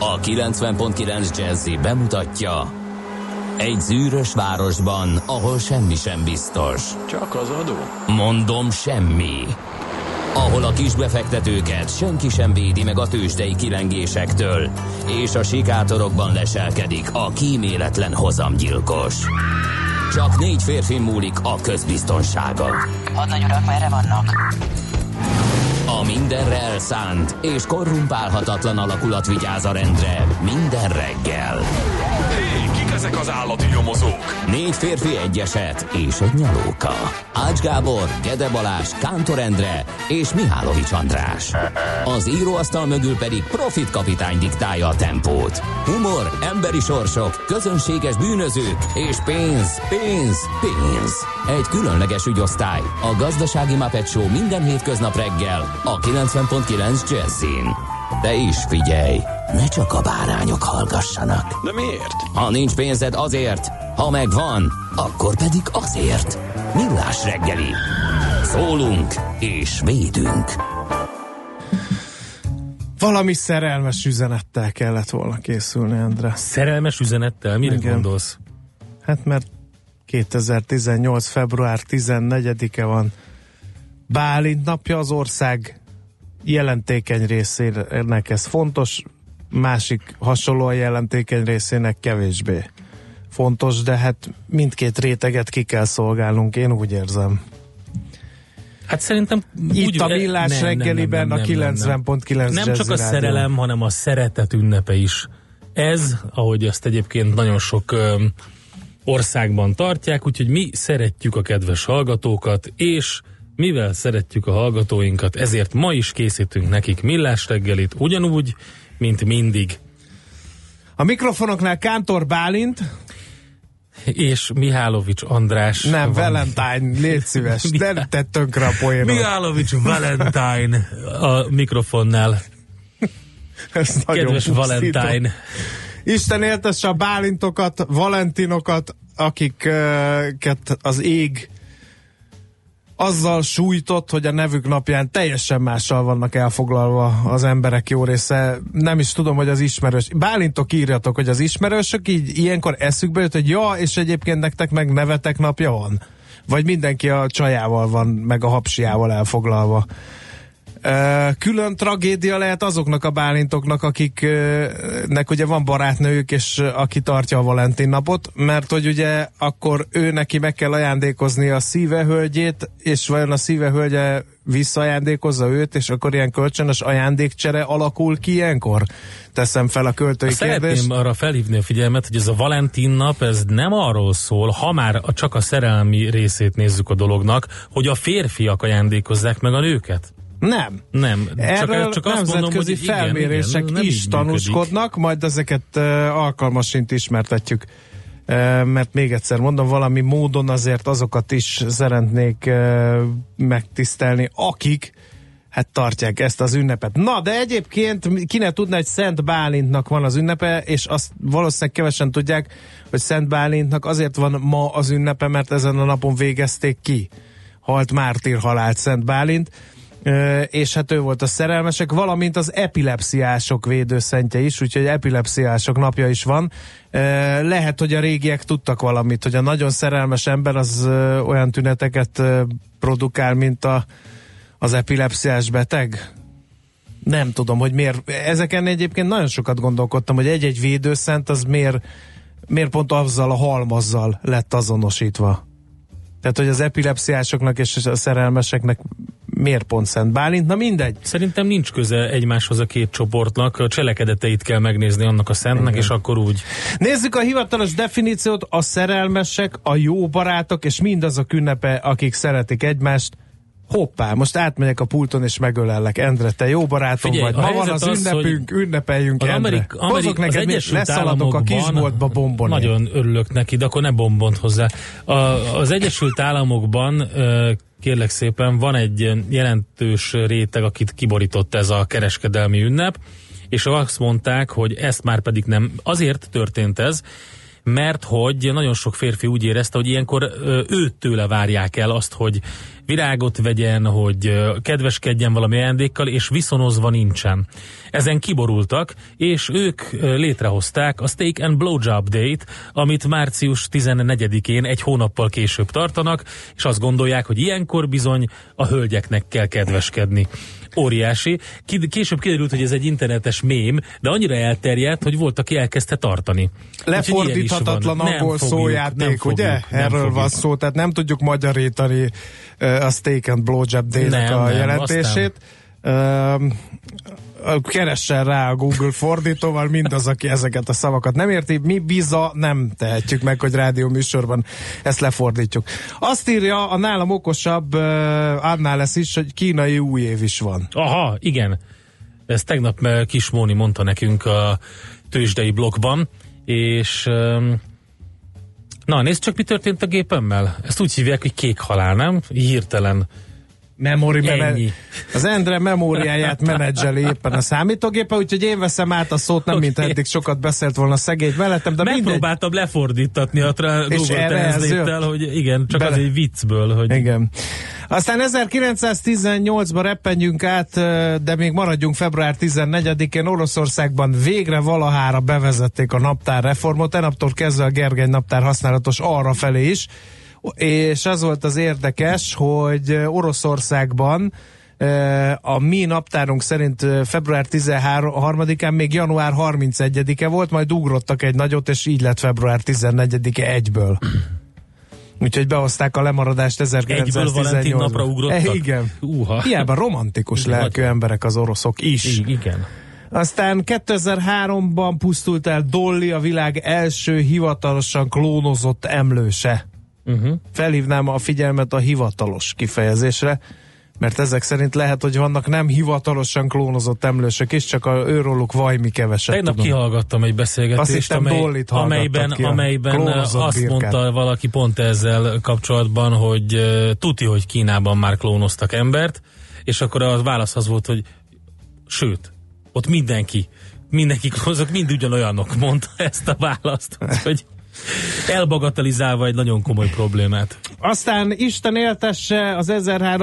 A 90.9 Jazzy bemutatja: egy zűrös városban, ahol semmi sem biztos. Csak az adó? Mondom, semmi. Ahol a kisbefektetőket senki sem védi meg a tőzsdei kilengésektől, és a sikátorokban leselkedik a kíméletlen hozamgyilkos. Csak 4 férfi múlik a közbiztonsága. Hadnagy urak, merre vannak? A mindenre elszánt és korrumpálhatatlan alakulat vigyáz a rendre minden reggel. Hé, kik ezek az állati nyomozók? 4 férfi, egy eset és egy nyalóka. Ács Gábor, Gede Balázs, Kántor Endre és Mihálovics András. Az íróasztal mögül pedig Profit kapitány diktálja a tempót. Humor, emberi sorsok, közönséges bűnözők és pénz, pénz, pénz. Egy különleges ügyosztály, a Gazdasági Muppet Show minden hétköznap reggel a 90.9 Jazzyn. De is figyelj, ne csak a bárányok hallgassanak. De miért? Ha nincs pénzed, azért, ha megvan, akkor pedig azért. Millás reggeli. Szólunk és védünk. Valami szerelmes üzenettel kellett volna készülni, Endre. Szerelmes üzenettel? Mire gondolsz? Hát mert 2018. február 14-e van. Bálint napja, az ország jelentékeny részének ez fontos, másik hasonlóan jelentékeny részének kevésbé fontos, de hát mindkét réteget ki kell szolgálnunk, én úgy érzem. Hát szerintem itt a Millás reggeliben a 90.9 nem csak a szerelem, hanem a szeretet ünnepe is. Ez, ahogy ezt egyébként nagyon sok országban tartják, úgyhogy mi szeretjük a kedves hallgatókat, és mivel szeretjük a hallgatóinkat, ezért ma is készítünk nekik Millás reggelit, ugyanúgy, mint mindig. A mikrofonoknál Kántor Bálint és Mihálovics András. Nem, Valentine, légy szíves, nem tett tönkre a poénot. Mihálovics Valentine a mikrofonnál. Kedves Valentine. Isten éltesse a Bálintokat, Valentinokat, akiket az ég azzal sújtott, hogy a nevük napján teljesen mással vannak elfoglalva az emberek jó része. Nem is tudom, hogy az ismerős. Bálintok, írjatok, hogy az ismerősök így ilyenkor eszükbe jött, hogy ja, és egyébként nektek meg nevetek napja van. Vagy mindenki a csajával van, meg a hapsiával elfoglalva. Külön tragédia lehet azoknak a bálintoknak, akiknek ugye van barátnőjük, és aki tartja a Valentin napot, mert hogy ugye akkor ő neki meg kell ajándékozni a szívehölgyét, és vajon a szívehölgye visszaajándékozza őt, és akkor ilyen kölcsönös ajándékcsere alakul ki ilyenkor? Teszem fel a költői kérdést. Szeretném arra felhívni a figyelmet, hogy ez a Valentin nap, ez nem arról szól, ha már csak a szerelmi részét nézzük a dolognak, hogy a férfiak ajándékozzák meg a nőket. Nem. Erről csak azt mondom, hogy felmérések igen, is tanúskodnak, majd ezeket alkalmasint ismertetjük. Mert még egyszer mondom, valami módon azért azokat is szeretnék megtisztelni, akik hát tartják ezt az ünnepet. Na, de egyébként ki ne tudná, hogy Szent Bálintnak van az ünnepe, és azt valószínűleg kevesen tudják, hogy Szent Bálintnak azért van ma az ünnepe, mert ezen a napon végezték ki. Halt mártírhalált Szent Bálint, és hát ő volt a szerelmesek, valamint az epilepsziások védőszentje is, úgyhogy epilepsziások napja is van. Lehet, hogy a régiek tudtak valamit, hogy a nagyon szerelmes ember az olyan tüneteket produkál, mint az epilepsziás beteg. Nem tudom, hogy miért. Ezeken egyébként nagyon sokat gondolkodtam, hogy egy-egy védőszent az miért pont azzal a halmazzal lett azonosítva. Tehát, hogy az epilepsziásoknak és a szerelmeseknek miért pont Szent Bálint? Na mindegy. Szerintem nincs köze egymáshoz a két csoportnak, a cselekedeteit kell megnézni annak a szentnek, igen. És akkor úgy. Nézzük a hivatalos definíciót, a szerelmesek, a jó barátok, és mindazok ünnepe, akik szeretik egymást. Hoppá, most átmegyek a pulton és megölellek. Endre, te jó barátom vagy. Ma van az ünnepünk, ünnepeljünk, Endre. Hozok neked, leszaladok a kisboltba bombonért. Nagyon örülök neki, de akkor ne bombont hozzá. Az Egyesült Államokban kérlek szépen van egy jelentős réteg, akit kiborított ez a kereskedelmi ünnep, és azt mondták, hogy ezt már pedig nem. Azért történt ez, mert hogy nagyon sok férfi úgy érezte, hogy ilyenkor őt tőle várják el azt, hogy virágot vegyen, hogy kedveskedjen valami ajándékkal, és viszonozva nincsen. Ezen kiborultak, és ők létrehozták a Steak and Blowjob Day-t, amit március 14-én egy hónappal később tartanak, és azt gondolják, hogy ilyenkor bizony a hölgyeknek kell kedveskedni. Óriási. Később kiderült, hogy ez egy internetes mém, de annyira elterjedt, hogy aki elkezdte tartani. Lefordíthatatlan angol szójáték, ugye? Erről van szó, tehát nem tudjuk magyarítani a Steak and Blowjob Day-nek a jelentését. Keressen rá a Google fordítóval mindaz, aki ezeket a szavakat nem érti. Mi biza nem tehetjük meg, hogy rádió műsorban ezt lefordítjuk. Azt írja a nálam okosabb annál lesz is, hogy kínai új év is van. Aha, igen. Ezt tegnap Kis Móni mondta nekünk a tőzsdei blokkban, és na, nézd csak, mi történt a gépemmel. Ezt úgy hívják, hogy kék halál, nem? Hirtelen. Az Endre memóriáját menedzseli éppen a számítógépe, úgyhogy én veszem át a szót, nem mint eddig sokat beszélt volna szegény mellettem, de megpróbáltam lefordítatni a Google Translate-tel, hogy igen, csak az egy viccből. Hogy... Igen. Aztán 1918-ban reppenjünk át, de még maradjunk február 14-én. Oroszországban végre valahára bevezették a naptárreformot, enaptól kezdve a Gergely naptár használatos arrafelé is, és az volt az érdekes, hogy Oroszországban a mi naptárunk szerint február 13-án még január 31-e volt, majd ugrottak egy nagyot, és így lett február 14-e egyből. Úgyhogy behozták a lemaradást 1918-ban. Egyből Valentin napra ugrottak? Igen. Hiába romantikus lelkű emberek az oroszok is. Igen. Aztán 2003-ban pusztult el Dolly, a világ első hivatalosan klónozott emlőse. Felhívnám a figyelmet a hivatalos kifejezésre, mert ezek szerint lehet, hogy vannak nem hivatalosan klónozott emlősök is, csak őróluk vajmi keveset tegnap tudom. Kihallgattam egy beszélgetést, amelyben azt mondta valaki pont ezzel kapcsolatban, hogy tuti, hogy Kínában már klónoztak embert, és akkor a válasz az volt, hogy sőt, ott mindenki klónozok, mind ugyanolyanok, mondta ezt a választ, hogy elbagatelizálva egy nagyon komoly problémát. Aztán Isten éltesse, az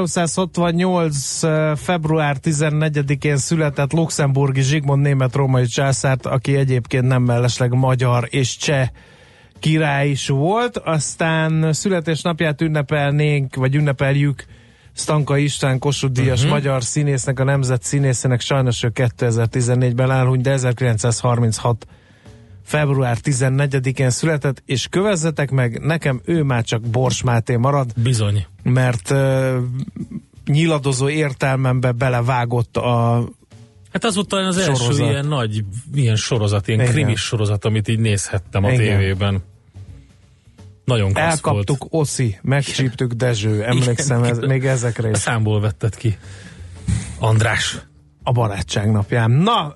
1368. február 14-én született luxemburgi Zsigmond német-római császárt, aki egyébként nem mellesleg magyar és cseh király is volt. Aztán születésnapját ünnepeljük Stanka István Kossuth-díjas magyar színésznek, a nemzet színészének, sajnos ő 2014-ben elhunyt, de 1936 február 14-én született, és kövezzetek meg, nekem ő már csak Bors Máté marad. Bizony. Mert nyiladozó értelmembe belevágott a hát az volt talán az első ilyen sorozat, ilyen krimis sorozat, amit így nézhettem a tévében. Nagyon klassz elkaptuk volt. Oszi, megcsíptük Dezső, emlékszem, még ezekre is. A számból vetted ki. András. A barátság napján. Na,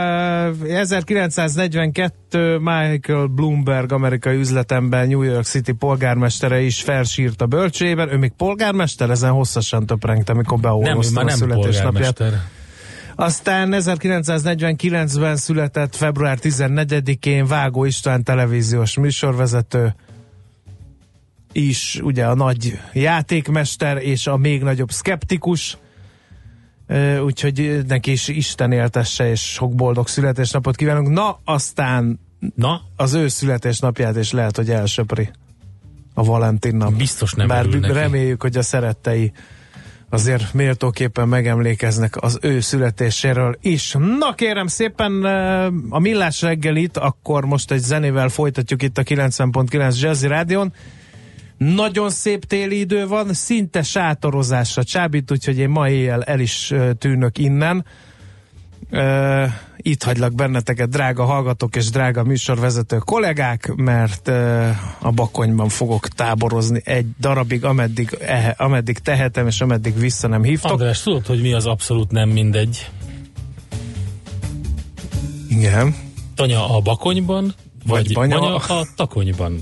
1942 Michael Bloomberg, amerikai üzletember, New York City polgármestere is felsírt a bölcsőjében. Ő még polgármester, ezen hosszasan töprengte, amikor beolvaszta a születésnapját. Aztán 1949-ben született február 14-én Vágó István televíziós műsorvezető is, ugye a nagy játékmester és a még nagyobb szkeptikus, úgyhogy neki is Isten éltesse és sok boldog születésnapot kívánunk. Na, aztán az ő születésnapját is lehet, hogy elsöpri a Valentin nap. Biztos nem. Bár reméljük, hogy a szerettei azért méltóképpen megemlékeznek az ő születéséről is. Na kérem szépen, a Millás reggelit akkor most egy zenével folytatjuk itt a 90.9 Jazzy Rádión. Nagyon szép téli idő van, szinte sátorozásra csábít, úgyhogy én ma éjjel el is tűnök innen. Itt hagylak benneteket, drága hallgatók és drága műsorvezető kollégák, mert a Bakonyban fogok táborozni egy darabig, ameddig tehetem, és ameddig vissza nem hívtok. András, tudod, hogy mi az abszolút nem mindegy? Igen. Tanya a Bakonyban, vagy banya a Takonyban?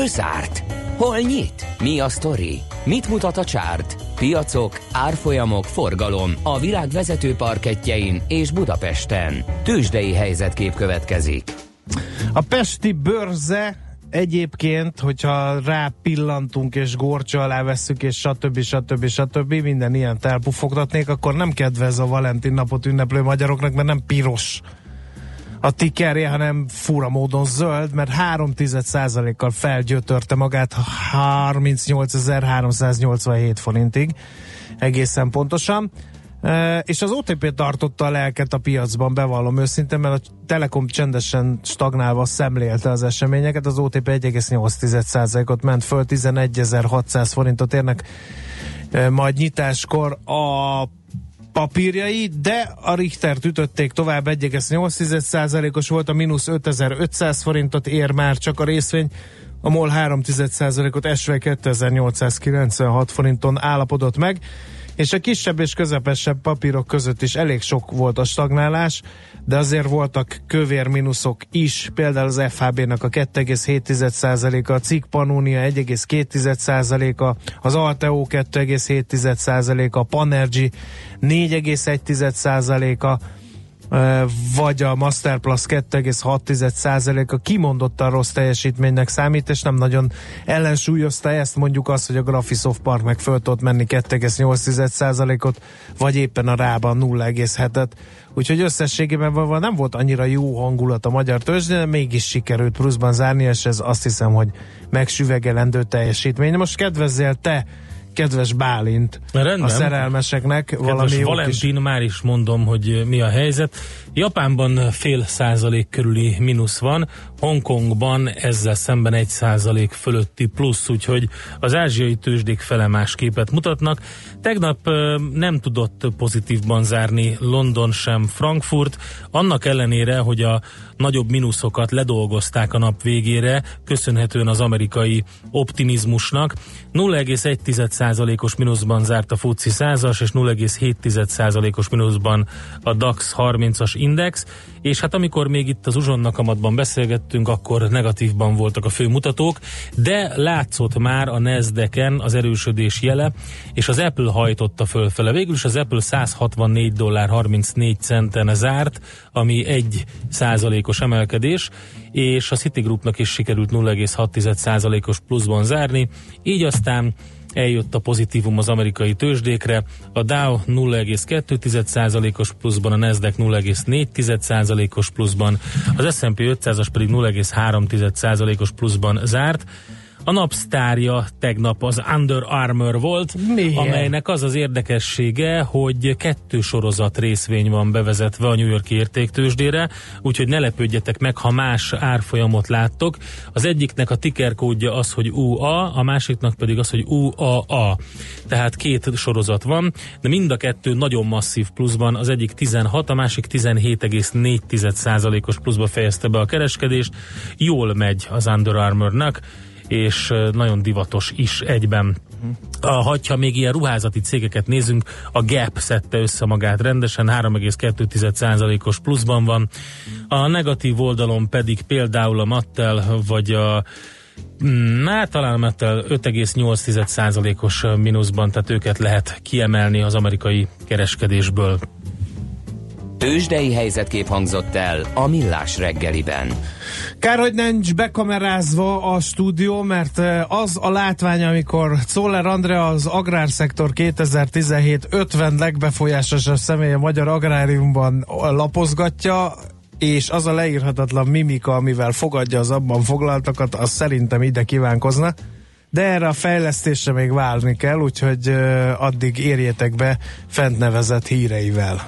Hol zárt? Hol nyit? Mi a sztori? Mit mutat a csárt? Piacok, árfolyamok, forgalom a világ vezető parkettjein és Budapesten. Tőzsdei helyzetkép következik. A pesti bőrze egyébként, hogyha rápillantunk és górcsa alá vesszük, és stb. Minden ilyen elpufogtatnék, akkor nem kedvez a Valentin napot ünneplő magyaroknak, mert nem piros a tickerje, hanem fura módon zöld, mert 0,3%-kal felgyötörte magát 38.387 forintig, egészen pontosan. És az OTP tartotta a lelket a piacban, bevallom őszintén, mert a Telekom csendesen stagnálva szemlélte az eseményeket, az OTP 1,8%-ot ment föl, 11.600 forintot érnek majd nyitáskor a papírjai, de a Richtert ütötték tovább, 1,8%-os volt, a mínusz 5.500 forintot ér már csak a részvény, a MOL 3%-ot esve 2.896 forinton állapodott meg, és a kisebb és közepesebb papírok között is elég sok volt a stagnálás, de azért voltak kövér mínuszok is, például az FHB-nak a 2,7%-a, a Cikk Pannonia 1,2%-a, az Alteo 2,7%-a, a Panergy 4,1%-a, vagy a Masterplus 2,6%-a kimondottan rossz teljesítménynek számít, és nem nagyon ellensúlyozta ezt, mondjuk azt, hogy a Graphisoft Park meg föl tudott menni 2,8%-ot, vagy éppen a Rában 0,7-et. Úgyhogy összességében nem volt annyira jó hangulat a magyar tőzsdén, de mégis sikerült pluszban zárni, és ez azt hiszem, hogy megsüvegelendő teljesítmény. Most kedvezzél te, kedves Bálint, rendben. A szerelmeseknek. Kedves valami Valentin, már is mondom, hogy mi a helyzet. Japánban 0,5% körüli mínusz van, Hongkongban ezzel szemben 1% fölötti plusz, úgyhogy az ázsiai tőzsdék fele más képet mutatnak. Tegnap nem tudott pozitívban zárni London sem Frankfurt, annak ellenére, hogy a nagyobb mínuszokat ledolgozták a nap végére, köszönhetően az amerikai optimizmusnak. 0,1%-os mínuszban zárt a FTSE 100-as, és 0,7%-os mínuszban a DAX 30-as index, és hát amikor még itt az uzsonnakamatban beszélgettünk, akkor negatívban voltak a főmutatók, de látszott már a Nasdaqen az erősödés jele, és az Apple hajtotta fölfele. Végül is az Apple $164.34 zárt, ami 1%-os emelkedés, és a Citigroupnak is sikerült 0,6%-os pluszban zárni, így aztán eljött a pozitívum az amerikai tőzsdékre, a Dow 0,2%-os pluszban, a Nasdaq 0,4%-os pluszban, az S&P 500-as pedig 0,3%-os pluszban zárt. A napsztárja tegnap az Under Armour volt, amelynek az az érdekessége, hogy 2 sorozat részvény van bevezetve a New York-i értéktőzsdére, úgyhogy ne lepődjetek meg, ha más árfolyamot láttok. Az egyiknek a ticker kódja az, hogy UA, a másiknak pedig az, hogy UAA. Tehát 2 sorozat van, de mind a 2 nagyon masszív pluszban, az egyik 16, a másik 17,4%-os pluszba fejezte be a kereskedést. Jól megy az Under Armournak, és nagyon divatos is egyben. Ha még ilyen ruházati cégeket nézünk, a Gap szedte össze magát rendesen, 3,2%-os pluszban van. A negatív oldalon pedig például a Mattel, vagy talán a Mattel 5,8%-os mínuszban, tehát őket lehet kiemelni az amerikai kereskedésből. Tőzsdei helyzetkép hangzott el a Millás reggeliben. Kár, hogy nincs bekamerázva a stúdió, mert az a látvány, amikor Czoller Andrea az Agrárszektor 2017 50 legbefolyásosabb személye a magyar agráriumban lapozgatja, és az a leírhatatlan mimika, amivel fogadja az abban foglaltakat, az szerintem ide kívánkozna. De erre a fejlesztésre még várni kell, úgyhogy addig érjétek be fent nevezett híreivel.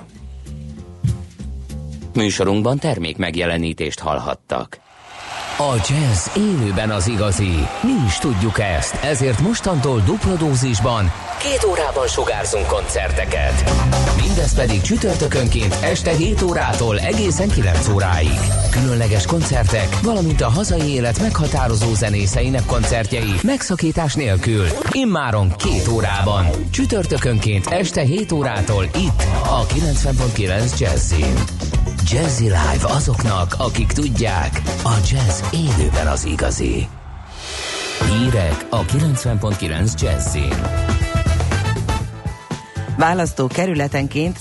Műsorunkban termék megjelenítést hallhattak. A jazz élőben az igazi. Mi is tudjuk ezt, ezért mostantól dupla dózisban 2 órában sugárzunk koncerteket. Mindez pedig csütörtökönként este 7 órától egészen 9 óráig. Különleges koncertek, valamint a hazai élet meghatározó zenészeinek koncertjei megszakítás nélkül. Immáron 2 órában. Csütörtökönként este 7 órától itt a 90.9 Jazzin. Jazzy Live azoknak, akik tudják, a jazz élőben az igazi. Hírek a 90.9 Jazzin. Választókerületenként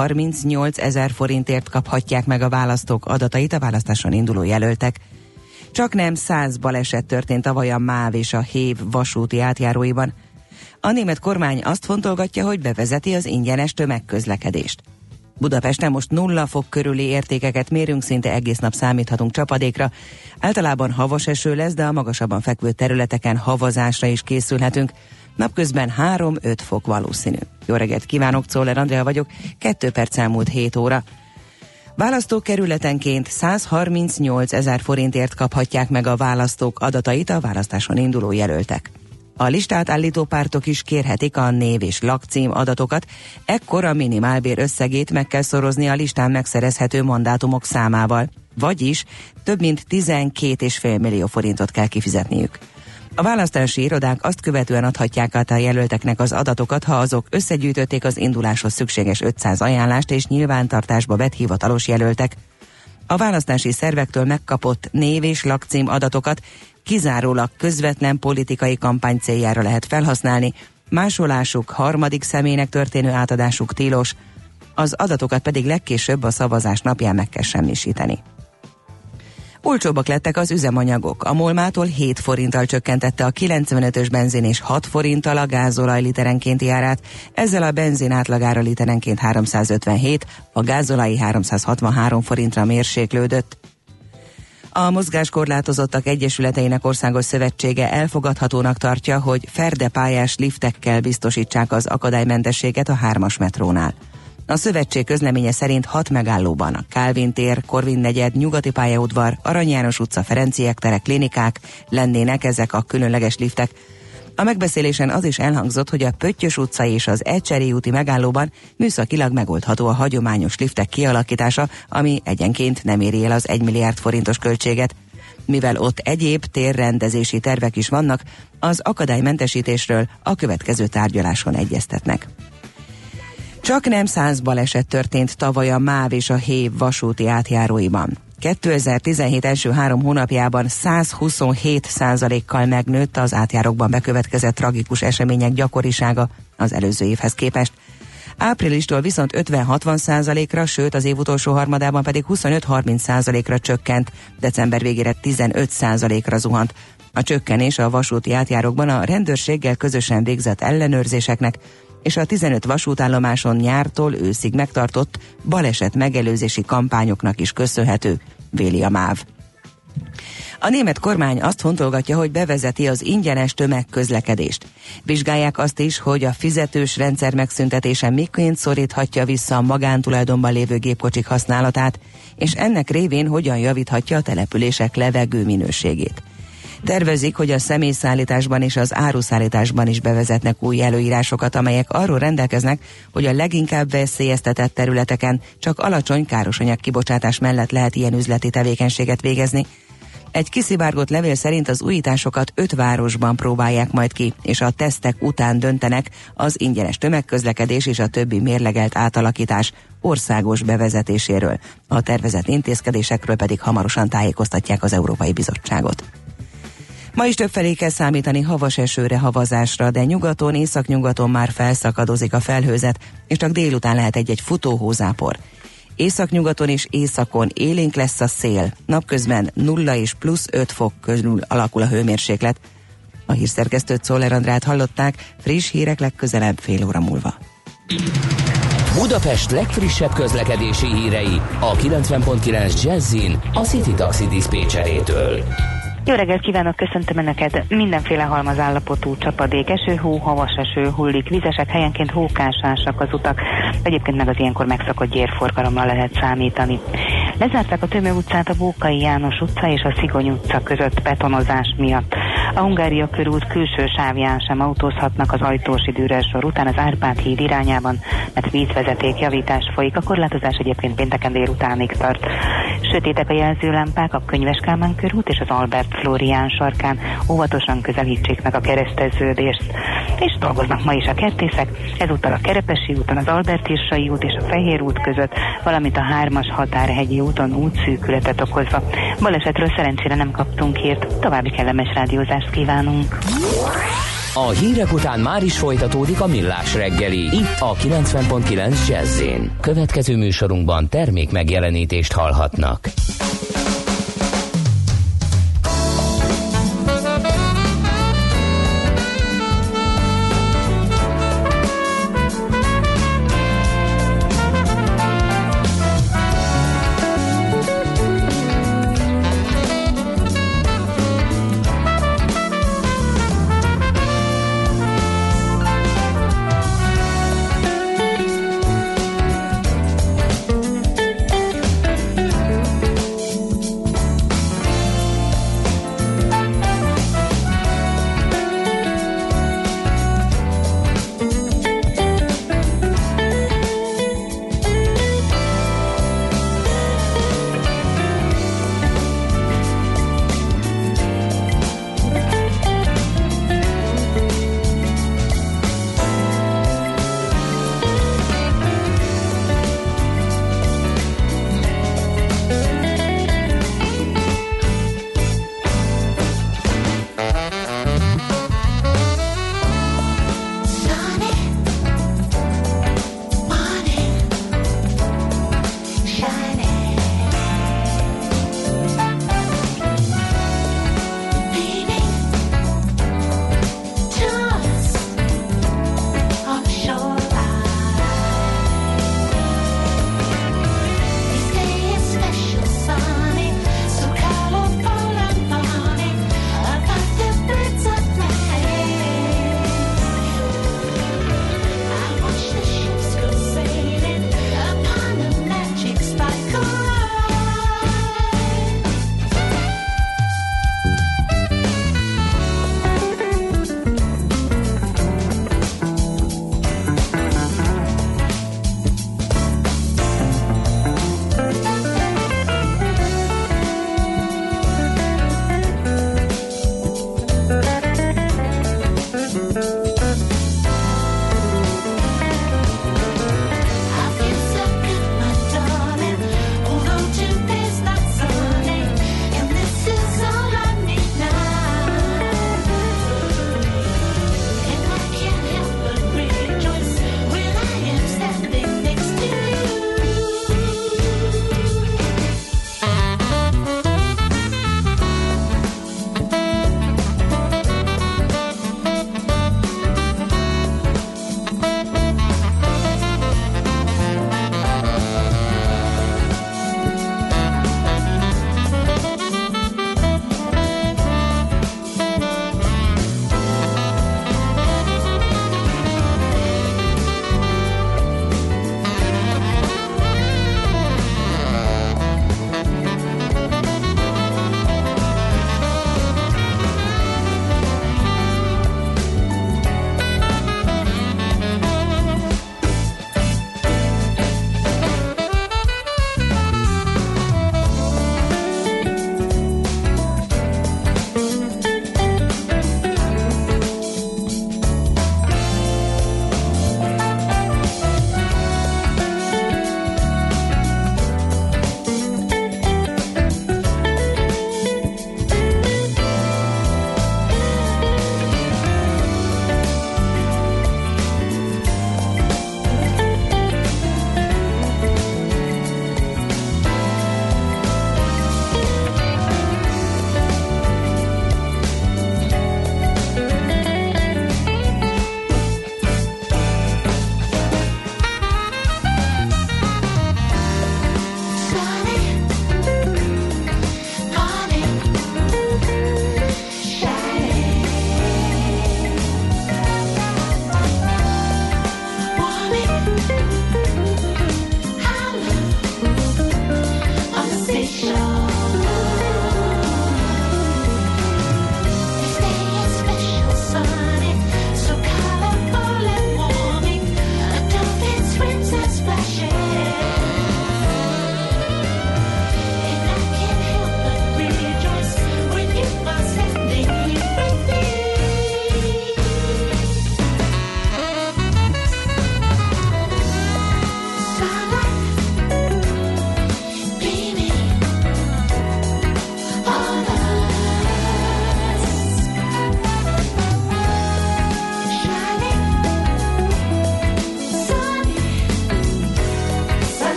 138 000 forintért kaphatják meg a választók adatait a választáson induló jelöltek. Csaknem 100 baleset történt tavaly a MÁV és a HÉV vasúti átjáróiban. A német kormány azt fontolgatja, hogy bevezeti az ingyenes tömegközlekedést. Budapesten most 0 fok körüli értékeket mérünk, szinte egész nap számíthatunk csapadékra. Általában havas eső lesz, de a magasabban fekvő területeken havazásra is készülhetünk. Napközben 3-5 fok valószínű. Jó reggelt kívánok, Czoller Andrea vagyok, 2 perc elmúlt 7 óra. Választókerületenként 138 000 forintért kaphatják meg a választók adatait a választáson induló jelöltek. A listát állító pártok is kérhetik a név és lakcím adatokat, ekkor a minimálbér összegét meg kell szorozni a listán megszerezhető mandátumok számával, vagyis több mint 12,5 millió forintot kell kifizetniük. A választási irodák azt követően adhatják át a jelölteknek az adatokat, ha azok összegyűjtötték az induláshoz szükséges 500 ajánlást és nyilvántartásba vett hivatalos jelöltek. A választási szervektől megkapott név és lakcím adatokat kizárólag közvetlen politikai kampány céljára lehet felhasználni, másolásuk, harmadik személynek történő átadásuk tilos, az adatokat pedig legkésőbb a szavazás napján meg kell semmisíteni. Olcsóbbak lettek az üzemanyagok. A MOL-mától 7 forinttal csökkentette a 95-ös benzin és 6 forinttal a gázolaj literenkénti árát, ezzel a benzin átlagára literenként 357, a gázolai 363 forintra mérséklődött. A Mozgáskorlátozottak Egyesületeinek Országos Szövetsége elfogadhatónak tartja, hogy ferdepályás liftekkel biztosítsák az akadálymentességet a 3-as metrónál. A szövetség közleménye szerint 6 megállóban a Kálvin tér, Korvin negyed, Nyugati pályaudvar, Arany János utca, Ferenciek tere, klinikák lennének ezek a különleges liftek. A megbeszélésen az is elhangzott, hogy a Pöttyös utca és az Ecseri úti megállóban műszakilag megoldható a hagyományos liftek kialakítása, ami egyenként nem éri el az 1 milliárd forintos költséget. Mivel ott egyéb térrendezési tervek is vannak, az akadálymentesítésről a következő tárgyaláson egyeztetnek. Csaknem 100 baleset történt tavaly a MÁV és a HÉV vasúti átjáróiban. 2017 első 3 hónapjában 127%-kal megnőtt az átjárókban bekövetkezett tragikus események gyakorisága az előző évhez képest. Áprilistól viszont 50-60%-ra, sőt az év utolsó harmadában pedig 25-30%-ra csökkent, december végére 15%-ra zuhant. A csökkenés a vasúti átjárókban a rendőrséggel közösen végzett ellenőrzéseknek és a 15 vasútállomáson nyártól őszig megtartott baleset megelőzési kampányoknak is köszönhető, véli a MÁV. A német kormány azt fontolgatja, hogy bevezeti az ingyenes tömegközlekedést. Vizsgálják azt is, hogy a fizetős rendszer megszüntetése miként szoríthatja vissza a magántulajdonban lévő gépkocsik használatát, és ennek révén hogyan javíthatja a települések levegő minőségét. Tervezik, hogy a személyszállításban és az áruszállításban is bevezetnek új előírásokat, amelyek arról rendelkeznek, hogy a leginkább veszélyeztetett területeken csak alacsony károsanyag kibocsátás mellett lehet ilyen üzleti tevékenységet végezni. Egy kiszivárgott levél szerint az újításokat 5 városban próbálják majd ki, és a tesztek után döntenek az ingyenes tömegközlekedés és a többi mérlegelt átalakítás országos bevezetéséről. A tervezett intézkedésekről pedig hamarosan tájékoztatják az Európai Bizottságot. Ma is többfelé kell számítani havas esőre, havazásra, de nyugaton, északnyugaton már felszakadozik a felhőzet, és csak délután lehet egy-egy futóhózápor. Északnyugaton és északon élénk lesz a szél, napközben 0 és plusz 5 fok közül alakul a hőmérséklet. A hírszerkesztőt, Czoller Andrát hallották, friss hírek legközelebb fél óra múlva. Budapest legfrissebb közlekedési hírei a 90.9 Jazzin a City Taxi diszpécserétől. Jó reggelt kívánok, köszöntöm Önöket! Mindenféle halmaz állapotú csapadék, eső, hó, havas eső, hullik, vizesek, helyenként hókásásak az utak, egyébként meg az ilyenkor megszakadt gyérforgalomra lehet számítani. Lezárták a Tömő utcát a Bókai János utca és a Szigony utca között betonozás miatt. A Hungária körút külső sávján sem autózhatnak az Ajtósi Dürer sor után az Árpád híd irányában, mert vízvezeték javítás folyik, a korlátozás egyébként pénteken délutánig tart. Sötétek a jelzőlámpák a Könyves Kálmán körút és az Albert Flórián sarkán, óvatosan közelítsék meg a kereszteződést. És dolgoznak ma is a kertészek, ezúttal a Kerepesi úton, az Albert-Hirsai út és a Fehér út között, valamint a 3-as Határhegyi úton útszűkületet okozva. Balesetről szerencsére nem kaptunk hírt, további kellemes rádiózást napfogyást kívánunk! A hírek után már is folytatódik a Millás reggeli, itt a 90.9 Jazz-én. Következő műsorunkban termék megjelenítést hallhatnak.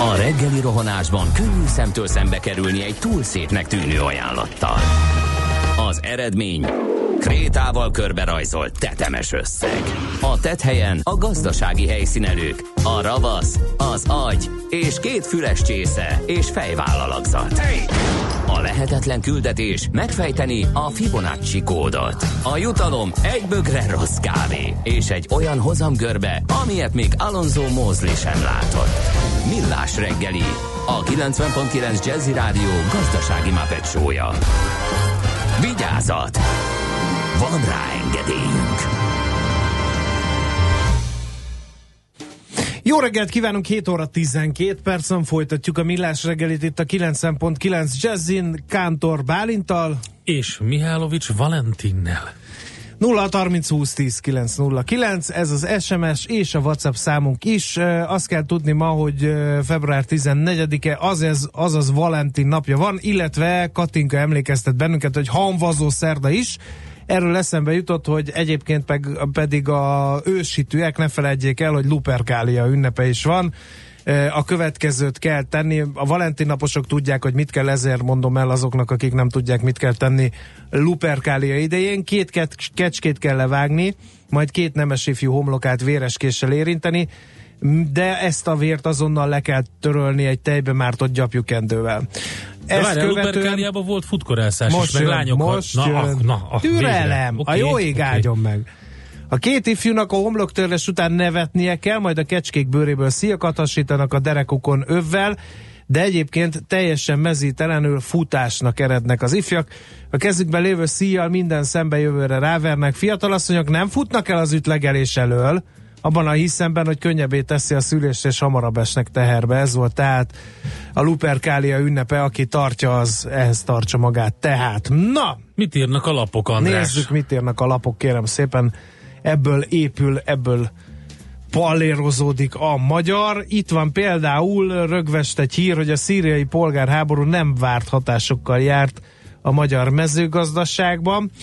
A reggeli rohanásban könnyű szemtől szembe kerülni egy túl szépnek tűnő ajánlattal. Az eredmény krétával körberajzolt tetemes összeg. A tetthelyen a gazdasági helyszínelők, a ravasz, az agy és 2 füles csésze és fejvállalakzat. A lehetetlen küldetés megfejteni a Fibonacci kódot. A jutalom egy bögre rossz kávé és egy olyan hozamgörbe, amilyet még Alonso Mosley sem látott. Millás reggeli, a 90.9 Jazzy Rádió gazdasági Muppet show-ja. Vigyázat! Van rá engedélyünk! Jó reggelt kívánunk, 7 óra 12 percen folytatjuk a Millás reggelit itt a 90.9 Jazzin Kántor Bálinttal és Mihálovics Valentinnel. 0-30 20 10 909, ez az SMS és a WhatsApp számunk is. Azt kell tudni ma, hogy február 14-e, azaz Valentin napja van, illetve Katinka emlékeztet bennünket, hogy hamvazó szerda is. Erről eszembe jutott, hogy egyébként pedig a ősítőek, ne felejtjék el, hogy Luperkália ünnepe is van. A következőt kell tenni. A Valentin naposok tudják, hogy mit kell, ezért mondom el azoknak, akik nem tudják, mit kell tenni Luperkália idején. 2 kecskét kell levágni, majd 2 nemes ifjú homlokát véreskéssel érinteni, de ezt a vért azonnal le kell törölni egy tejbe mártott gyapjukendővel. De várjál, Luperkáliában volt futkorászás is, meg lányokat. Türelem, okay, a jó ég áldjon meg. A 2 ifjúnak a homloktörlés után nevetnie kell, majd a kecskék bőréből szíjakat hasítanak a derekukon övvel, de egyébként teljesen mezítelenül futásnak erednek az ifjak. A kezükben lévő szíjjal minden szembejövőre rávernek. Fiatalasszonyok nem futnak el az ütlegelés elől, abban a hiszemben, hogy könnyebbé teszi a szülést és hamarabb esnek teherbe. Ez volt tehát a Luperkália ünnepe, aki tartja, az ehhez tartsa magát. Tehát, na! Mit írnak a lapok, András? Nézzük, mit írnak a lapok, kérem szépen. Ebből épül, ebből pallérozódik a magyar. Itt van például rögvest egy hír, hogy a szíriai polgárháború nem várt hatásokkal járt a magyar mezőgazdaságban.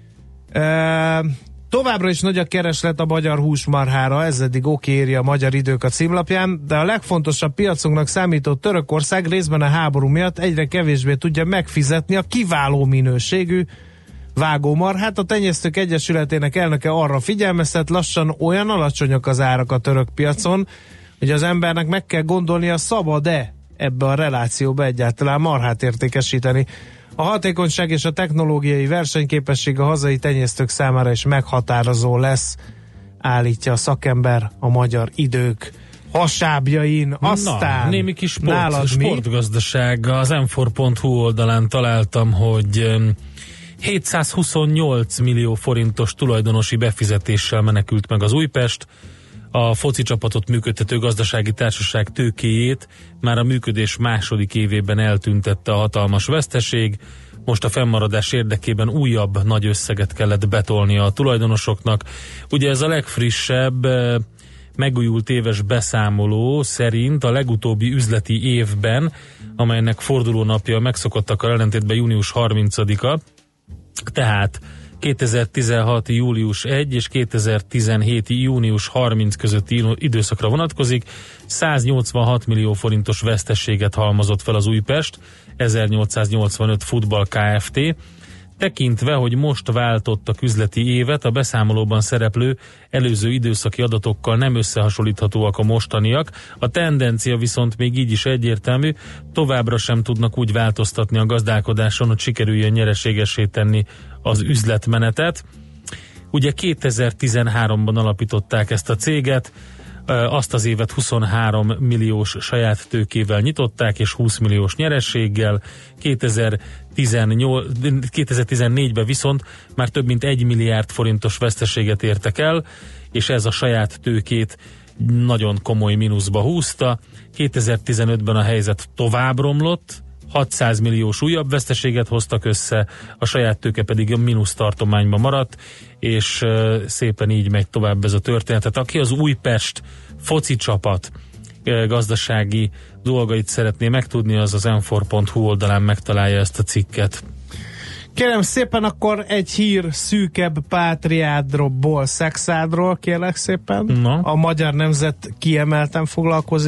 Továbbra is nagy a kereslet a magyar húsmarhára, ez eddig írja a Magyar Idők a címlapján, de a legfontosabb piacunknak számító Törökország részben a háború miatt egyre kevésbé tudja megfizetni a kiváló minőségű vágómarhát. A Tenyésztők Egyesületének elnöke arra figyelmeztet, lassan olyan alacsonyak az árak a török piacon, hogy az embernek meg kell gondolnia, szabad-e ebbe a relációba egyáltalán marhát értékesíteni. A hatékonyság és a technológiai versenyképesség a hazai tenyésztők számára is meghatározó lesz, állítja a szakember a Magyar Idők hasábjain. Aztán némi kis sportgazdaság. Az m4.hu oldalán találtam, hogy 728 millió forintos tulajdonosi befizetéssel menekült meg az Újpest. A foci csapatot működtető gazdasági társaság tőkéjét már a működés második évében eltüntette a hatalmas veszteség. Most a fennmaradás érdekében újabb nagy összeget kellett betolnia a tulajdonosoknak. Ugye ez a legfrissebb megújult éves beszámoló szerint a legutóbbi üzleti évben, amelynek fordulónapja megszokottakkal ellentétben június 30-a, tehát 2016. július 1 és 2017. június 30 közötti időszakra vonatkozik, 186 millió forintos veszteséget halmozott fel az Újpest, 1885 Futball Kft. Tekintve, hogy most váltottak üzleti évet, a beszámolóban szereplő előző időszaki adatokkal nem összehasonlíthatóak a mostaniak, a tendencia viszont még így is egyértelmű, továbbra sem tudnak úgy változtatni a gazdálkodáson, hogy sikerüljön nyereségessé tenni az üzletmenetet. Ugye 2013-ban alapították ezt a céget, azt az évet 23 milliós saját tőkével nyitották, és 20 milliós nyerességgel. 2014-ben viszont már több mint 1 milliárd forintos veszteséget értek el, és ez a saját tőkét nagyon komoly mínuszba húzta. 2015-ben a helyzet tovább romlott, 600 milliós újabb veszteséget hoztak össze, a saját tőke pedig a mínusz tartományban maradt, és szépen így megy tovább ez a történet. Tehát aki az Újpest foci csapat gazdasági dolgait szeretné megtudni, az az m4.hu oldalán megtalálja ezt a cikket. Kérem szépen, akkor egy hír szűkebb pátriádról, szexádról, kérlek szépen. No. A Magyar Nemzet kiemelten foglalkozik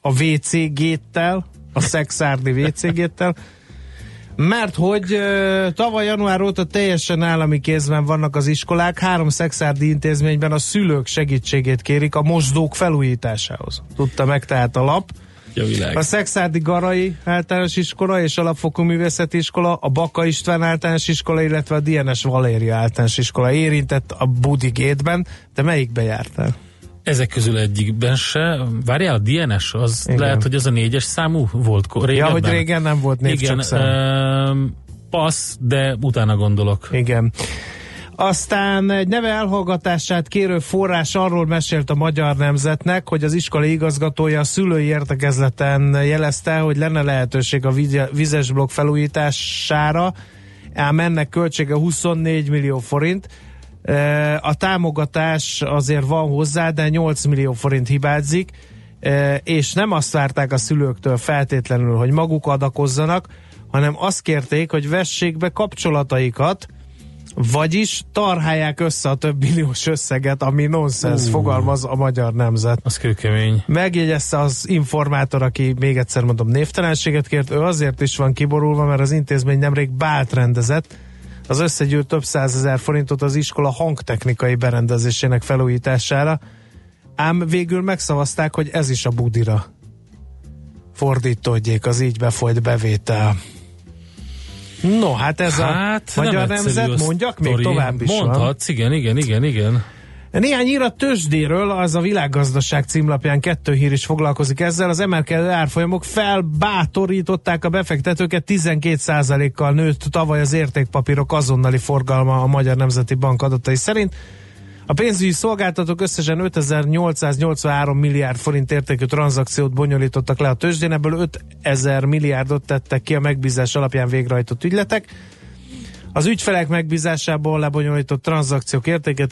a WC-géttel, a Szekszárdi WC-géttel, mert hogy tavaly január óta teljesen állami kézben vannak az iskolák, 3 szekszárdi intézményben a szülők segítségét kérik a mosdók felújításához. Tudta meg tehát a lap. A Szekszárdi Garai általános iskola és alapfokú művészeti iskola, a Baka István általános iskola, illetve a DNS Valéria általános iskola érintett a Budigétben. De melyikbe jártál? Ezek közül egyikben se. Várjál, a DNS, az igen. Lehet, hogy az a 4-es számú volt régebben. Ja, hogy régen nem volt név, igen, csak szám. Passz, de utána gondolok. Igen. Aztán egy neve elhallgatását kérő forrás arról mesélt a Magyar Nemzetnek, hogy az iskola igazgatója a szülői értekezleten jelezte, hogy lenne lehetőség a vizesblokk felújítására, ám ennek költsége 24 millió forint. A támogatás azért van hozzá, de 8 millió forint hibázik, és nem azt várták a szülőktől feltétlenül, hogy maguk adakozzanak, hanem azt kérték, hogy vessék be kapcsolataikat, vagyis tarhálják össze a több milliós összeget, ami nonsens, fogalmaz a Magyar Nemzet. Az kőkemény. Megjegyezte az informátor, aki még egyszer mondom névtelenséget kért, ő azért is van kiborulva, mert az intézmény nemrég bált rendezett, az összegyűlt több 100 000 forintot az iskola hangtechnikai berendezésének felújítására, ám végül megszavazták, hogy ez is a budira fordítódjék az így befolyt bevétel. No, hát ez a Magyar Nemzet, mondjak még tovább is mondhatsz, van. Igen. Néhány ír a tőzsdéről, az a Világgazdaság címlapján 2 hír is foglalkozik ezzel. Az emelkedő árfolyamok felbátorították a befektetőket, 12%-kal nőtt tavaly az értékpapírok azonnali forgalma a Magyar Nemzeti Bank adatai szerint. A pénzügyi szolgáltatók összesen 5883 milliárd forint értékű tranzakciót bonyolítottak le a tőzsdén, ebből 5000 milliárdot tettek ki a megbízás alapján végrehajtott ügyletek. Az ügyfelek megbízásából lebonyolított tranzakciók értéke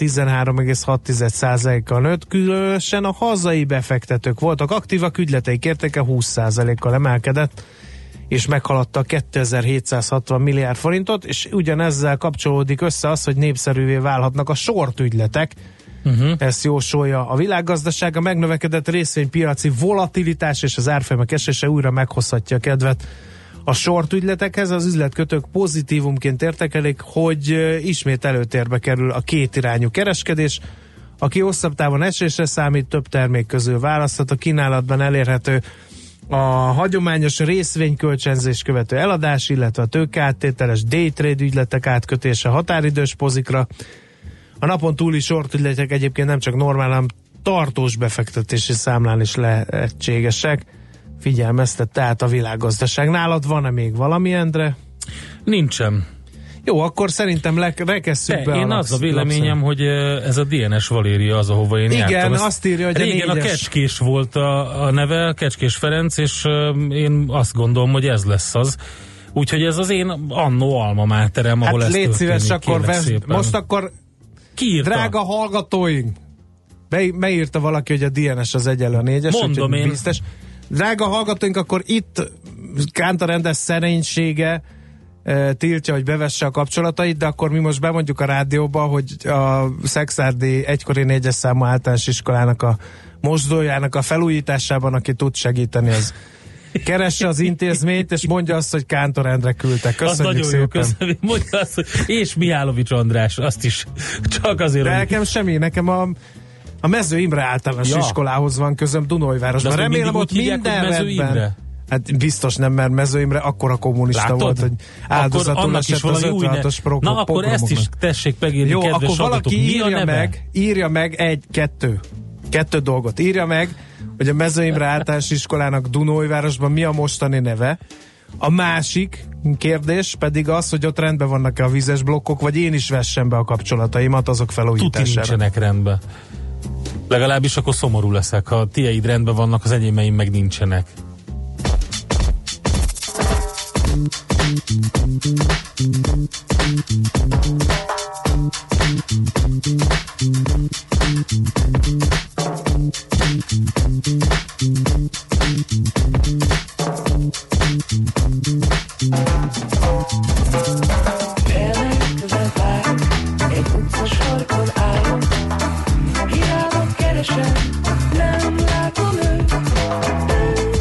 13,6%-kal nőtt, különösen a hazai befektetők voltak aktívak, ügyleteik értéke 20%-kal emelkedett, és meghaladta 2760 milliárd forintot, és ugyanezzel kapcsolódik össze az, hogy népszerűvé válhatnak a short ügyletek. Ezt jósolja a Világgazdaság. A megnövekedett részvénypiaci volatilitás és az árfolyamok esése újra meghozhatja a kedvet a short ügyletekhez. Az üzletkötők pozitívumként értékelik, hogy ismét előtérbe kerül a kétirányú kereskedés. Aki hosszabb távon esésre számít, több termék közül választhat. A kínálatban elérhető a hagyományos részvénykölcsönzés követő eladás, illetve a tőkeáttételes day trade ügyletek átkötése határidős pozikra. A napon túli short ügyletek egyébként nem csak normál, hanem tartós befektetési számlán is lehetségesek. Figyelmeztet tehát a Világgazdaság. Nálad van-e még valami, Endre? Nincsen. Jó, akkor szerintem rekesszük be. Én az a véleményem, hogy ez a DNS Valéria az, ahova én jártam. Igen, azt írja, hogy régen a Kecskés volt a neve, Kecskés Ferenc, és én azt gondolom, hogy ez lesz az. Úgyhogy ez az én annó alma máterem, ahol ez légy szíves, akkor most akkor drága hallgatóink, beírta valaki, hogy a DNS az egyenlő a 4-es. Mondom én. Biztos. Drága hallgatóink, akkor itt Kántor Endre szerénysége tiltja, hogy bevesse a kapcsolatait, de akkor mi most bemondjuk a rádióba, hogy a Szekszárdi egykori 4-es számú általános iskolának a mosdójának a felújításában, aki tud segíteni, az keresse az intézményt, és mondja azt, hogy Kántor Endre küldte. Köszönjük szépen. Jó, köszönjük. Mondja azt, hogy és Mihálovics András, azt is csak azért. De nekem semmi, nekem a Mező Imre általános iskolához van közöm Dunajvárosban. Remélem ott minden rendben. Hát biztos nem, mert Mező Imre akkora kommunista volt, hogy áldozatul esett az 56-os pogromoknak. Na akkor ezt is tessék megírni, jó, kedves akkor valaki írja meg kettő dolgot. Írja meg, hogy a Mező Imre általános iskolának Dunajvárosban mi a mostani neve. A másik kérdés pedig az, hogy ott rendben vannak-e a vízes blokkok, vagy én is vessem be a kapcsolataimat azok felújítására. Tuti nincsenek rendben. Legalábbis akkor szomorú leszek, ha a tieid rendben vannak, az enyémeim meg nincsenek. Egy utca sarkon állom, hiába keresem, nem látom őt.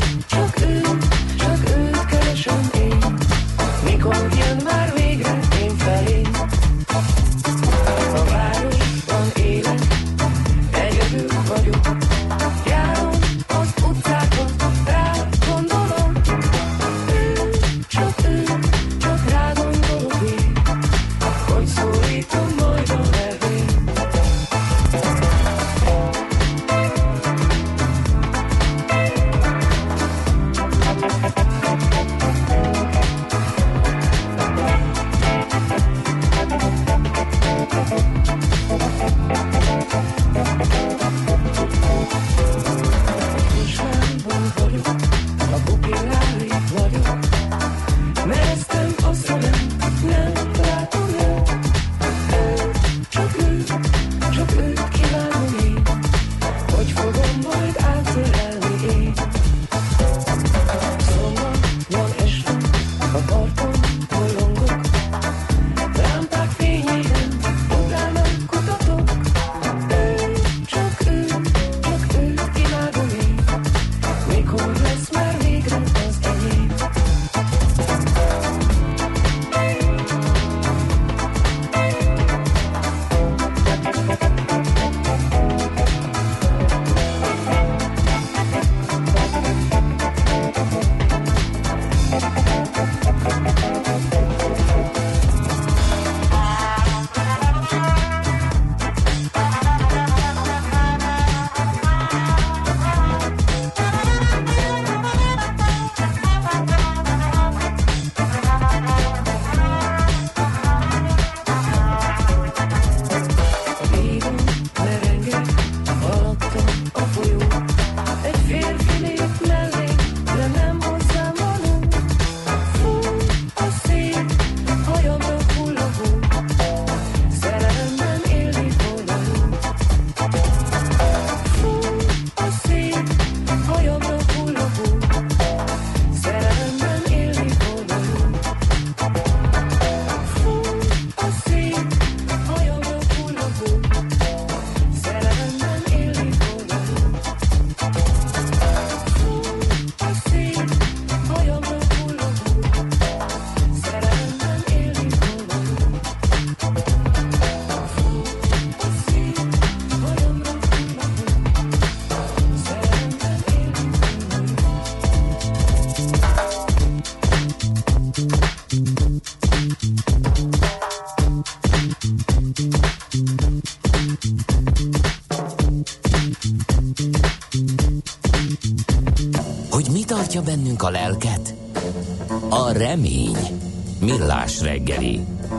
Hogy mi tartja bennünk a lelket? A remény. Millás reggeli.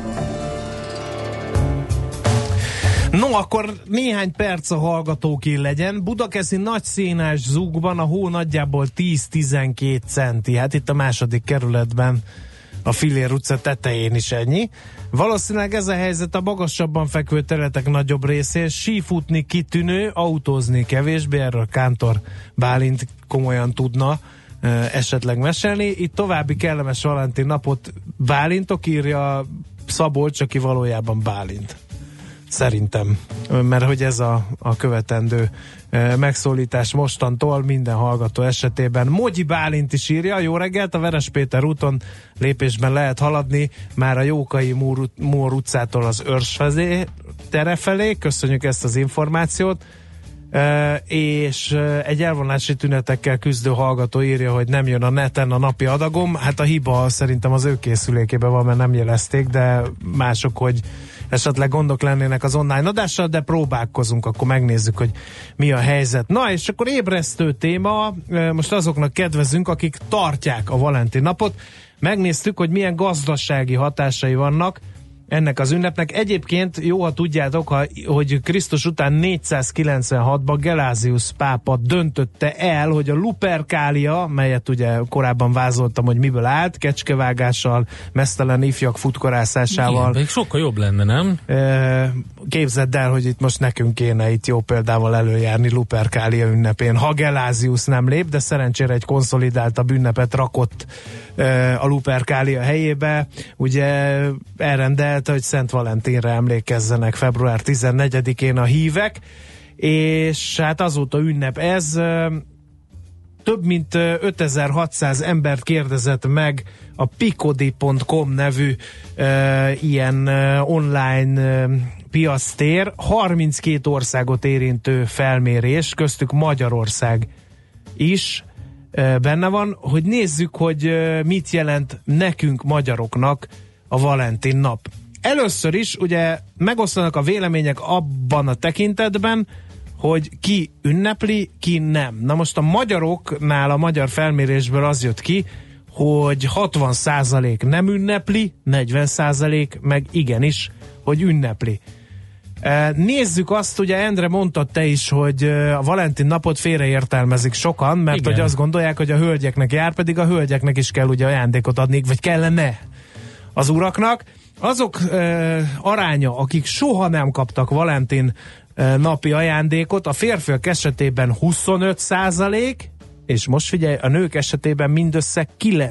No, akkor néhány perc a hallgatóké legyen. Budakeszi Nagyszénás zugban a hó nagyjából 10-12 centi. Hát itt a második kerületben, a Fillér utca tetején is ennyi. Valószínűleg ez a helyzet a magasabban fekvő területek nagyobb részén. Sífutni kitűnő, autózni kevésbé, erről Kántor Bálint komolyan tudna esetleg mesélni. Itt további kellemes Valentin napot Bálintok, írja Szabolcs, aki valójában Bálint. Szerintem, mert hogy ez a követendő megszólítás mostantól minden hallgató esetében. Mogyi Bálint is írja, jó reggelt, a Verespéter úton lépésben lehet haladni, már a Jókai Mór utcától az Őrs tere felé, köszönjük ezt az információt, és egy elvonási tünetekkel küzdő hallgató írja, hogy nem jön a neten a napi adagom, hát a hiba szerintem az ő készülékében van, mert nem jelezték, de mások, hogy esetleg gondok lennének az online adással, de próbálkozunk, akkor megnézzük, hogy mi a helyzet. Na, és akkor ébresztő téma, most azoknak kedvezünk, akik tartják a Valentin napot. Megnéztük, hogy milyen gazdasági hatásai vannak ennek az ünnepnek. Egyébként jó, ha tudjátok, hogy Krisztus után 496-ban Gelázius pápa döntötte el, hogy a Luperkália, melyet ugye korábban vázoltam, hogy miből állt, kecskevágással, meztelen ifjak futkorászásával. Igen, sokkal jobb lenne, nem? Képzeld el, hogy itt most nekünk kéne itt jó példával előjárni Luperkália ünnepén. Ha Gelázius nem lép, de szerencsére egy konszolidáltabb ünnepet rakott a Luperkália helyébe. Ugye elrendelt, hogy Szent Valentinre emlékezzenek február 14-én a hívek, és hát azóta ünnep ez. Több mint 5600 embert kérdezett meg a picodi.com nevű ilyen online piactér, 32 országot érintő felmérés, köztük Magyarország is benne van, hogy nézzük, hogy mit jelent nekünk magyaroknak a Valentin nap. Először is ugye megosztanak a vélemények abban a tekintetben, hogy ki ünnepli, ki nem. Na most a magyaroknál, a magyar felmérésből az jött ki, hogy 60% nem ünnepli, 40% meg igenis, hogy ünnepli. Nézzük azt, ugye Endre mondtad te is, hogy a Valentin napot félreértelmezik sokan, mert igen, hogy azt gondolják, hogy a hölgyeknek jár, pedig a hölgyeknek is kell ugye ajándékot adni, vagy kellene az uraknak. Azok aránya, akik soha nem kaptak Valentin napi ajándékot, a férfiak esetében 25%, és most figyelj, a nők esetében mindössze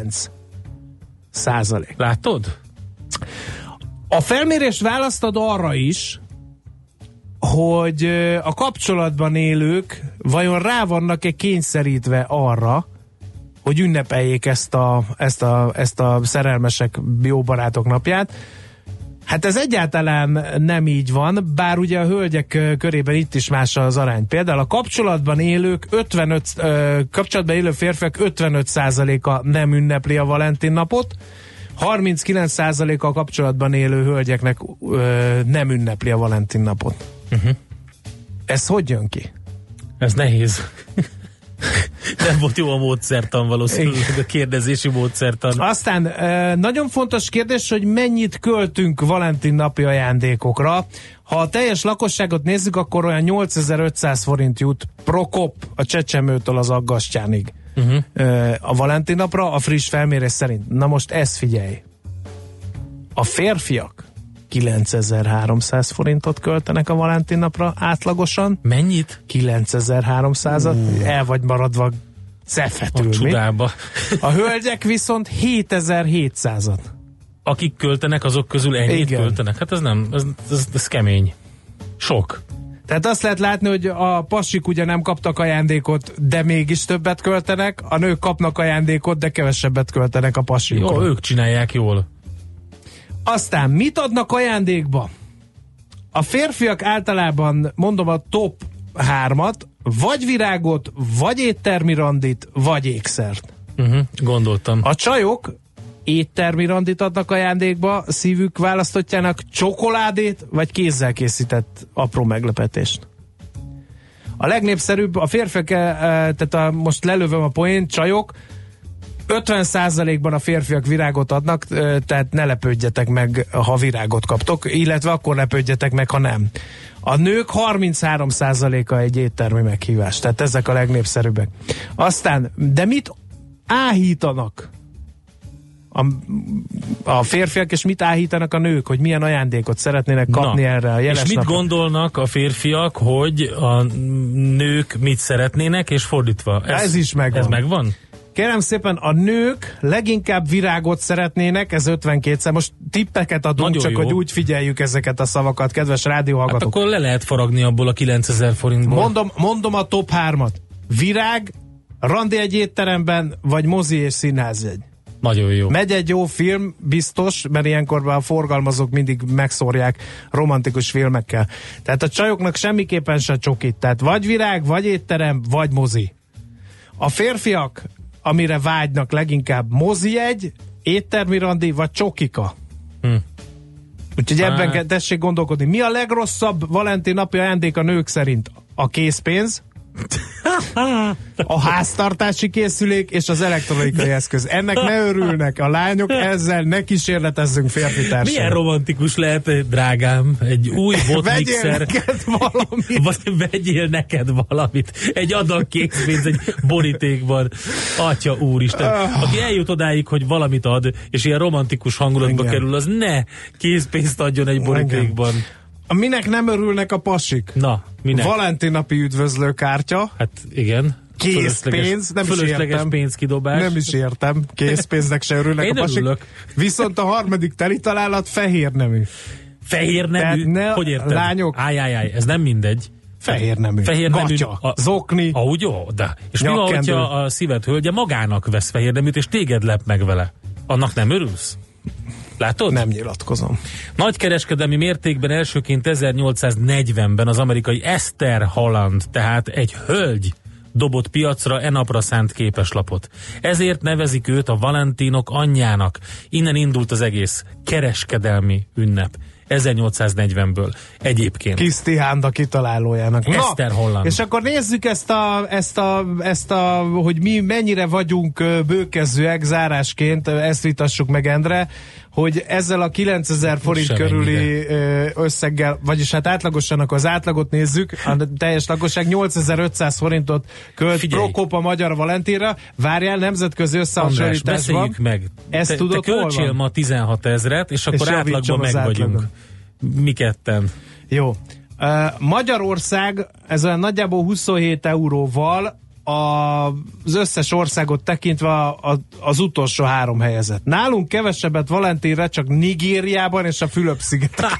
9%. Látod? A felmérést választad arra is, hogy a kapcsolatban élők vajon rá vannak-e kényszerítve arra, hogy ünnepeljék ezt a szerelmesek, jó barátok napját. Hát ez egyáltalán nem így van, bár ugye a hölgyek körében itt is más az arány. Például a kapcsolatban élők kapcsolatban élő férfiak 55%-a nem ünnepli a Valentin napot, 39%-a a kapcsolatban élő hölgyeknek nem ünnepli a Valentin napot. Ez hogy jön ki? Ez nehéz. Nem volt jó a módszertan valószínűleg, a kérdezési módszertan. Aztán nagyon fontos kérdés, hogy mennyit költünk Valentin napi ajándékokra. Ha a teljes lakosságot nézzük, akkor olyan 8500 forint jut Prokop a Csecsemőtől az Aggastyánig a Valentin napra, a friss felmérés szerint. Na most ezt figyelj. A férfiak 9300 forintot költenek a Valentin napra átlagosan. Mennyit? 9300-at. El vagy maradva cefetül. A csudába. A hölgyek viszont 7700-at. Akik költenek, azok közül ennyit költenek? Hát ez nem, ez kemény. Sok. Tehát azt lehet látni, hogy a pasik ugye nem kaptak ajándékot, de mégis többet költenek, a nők kapnak ajándékot, de kevesebbet költenek a pasikra. Jó, ők csinálják jól. Aztán mit adnak ajándékba? A férfiak általában, mondom a top 3-at, vagy virágot, vagy éttermi randit, vagy ékszert. Gondoltam. A csajok éttermi randit adnak ajándékba, szívük választottjának, csokoládét, vagy kézzel készített apró meglepetést. A legnépszerűbb, a férfiak, tehát most lelövöm a poént, csajok, 50%-ban a férfiak virágot adnak, tehát ne lepődjetek meg, ha virágot kaptok, illetve akkor lepődjetek meg, ha nem. A nők 33%-a egy éttermi meghívás, tehát ezek a legnépszerűbbek. Aztán, de mit áhítanak a férfiak, és mit áhítanak a nők, hogy milyen ajándékot szeretnének kapni erre a jeles és mit napra? gondolnak a férfiak, hogy a nők mit szeretnének, és fordítva? Ez is megvan. Ez megvan? Kérem szépen, a nők leginkább virágot szeretnének, ez 52-szer. Most tippeket adunk, nagyon csak jó. hogy úgy figyeljük ezeket a szavakat, kedves rádióhallgatók. Hát akkor le lehet faragni abból a 9000 forintból. Mondom a top 3-at. Virág, randi egy étteremben, vagy mozi és színházjegy. Nagyon jó. Megy egy jó film, biztos, mert ilyenkor a forgalmazók mindig megszórják romantikus filmekkel. Tehát a csajoknak semmiképpen se csokit. Tehát vagy virág, vagy étterem, vagy mozi. A férfiak, amire vágynak leginkább mozijegy, éttermi randi, vagy csokika. Úgyhogy ebben tessék gondolkodni. Mi a legrosszabb Valentin napi ajándék a nők szerint? A készpénz, a háztartási készülék és az elektronikai eszköz. Ennek ne örülnek a lányok, ezzel ne kísérletezzünk férfitársakat. Milyen romantikus lehet, drágám, egy új botmixer. Vegyél neked valamit. Vagy vegyél neked valamit. Egy adag készpénz, egy borítékban. Atya úristen. Aki eljut odáig, hogy valamit ad, és ilyen romantikus hangulatba kerül, az ne készpénzt adjon egy borítékban. Minek nem örülnek a pasik? Na, minek? Valentin napi üdvözlőkártya. Hát igen. Készpénz, nem is értem. pénzkidobás. Nem is értem. Készpénznek se örülnek Én a pasik. örülök. Viszont a harmadik teli találat fehér nemű. Fehér nemű? Hogy érted? Lányok. Áj, ez nem mindegy. Fehér nemű. Gatya, zokni. Úgy jó, de. És mi van, hogyha a szíved hölgye magának vesz fehér neműt, és téged lep meg vele? Annak nem örülsz? Látod? Nem nyilatkozom. Nagy kereskedelmi mértékben elsőként 1840-ben az amerikai Esther Holland, tehát egy hölgy dobott piacra napra szánt képeslapot. Ezért nevezik őt a Valentinok anyjának. Innen indult az egész kereskedelmi ünnep. 1840-ből egyébként. Kiszti Hánda kitalálójának. Esther Holland. És akkor nézzük ezt a, hogy mi mennyire vagyunk bőkezőek zárásként, ezt vitassuk meg, Endre, hogy ezzel a 9000 forint Sem körüli összeggel, vagyis hát átlagosan, akkor az átlagot nézzük, a teljes lakosság 8500 forintot költ Prokop a magyar Valentinra. Várjál, nemzetközi összehasonlításban. Beszéljük meg. Ezt tudod, te költsél ma 16 000-et, és akkor átlagban meg vagyunk. Mi ketten. Jó. Magyarország ez olyan nagyjából 27 euróval az összes országot tekintve az utolsó 3 helyezett. Nálunk kevesebbet Valentinre csak Nigériában és a Fülöp-szigeten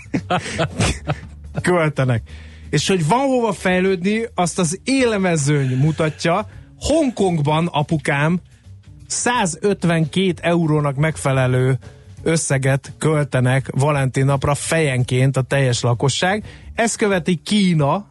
költenek. És hogy van hova fejlődni, azt az élemezőny mutatja. Hongkongban, apukám, 152 eurónak megfelelő összeget költenek Valentin napra fejenként a teljes lakosság. Ezt követi Kína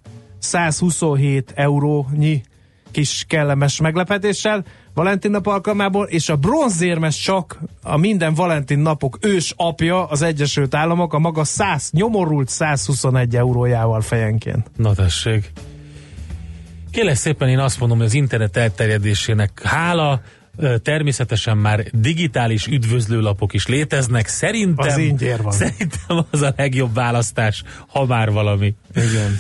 127 eurónyi kis kellemes meglepetéssel Valentin nap alkalmából, és a bronzérmes csak a minden Valentin napok ős apja, az Egyesült Államok, a maga nyomorult 121 eurójával fejenként. Na tessék. Kérlek szépen, én azt mondom, hogy az internet elterjedésének hála, természetesen már digitális üdvözlőlapok is léteznek. Szerintem az ingyér van. Szerintem az a legjobb választás, ha már valami. Igen.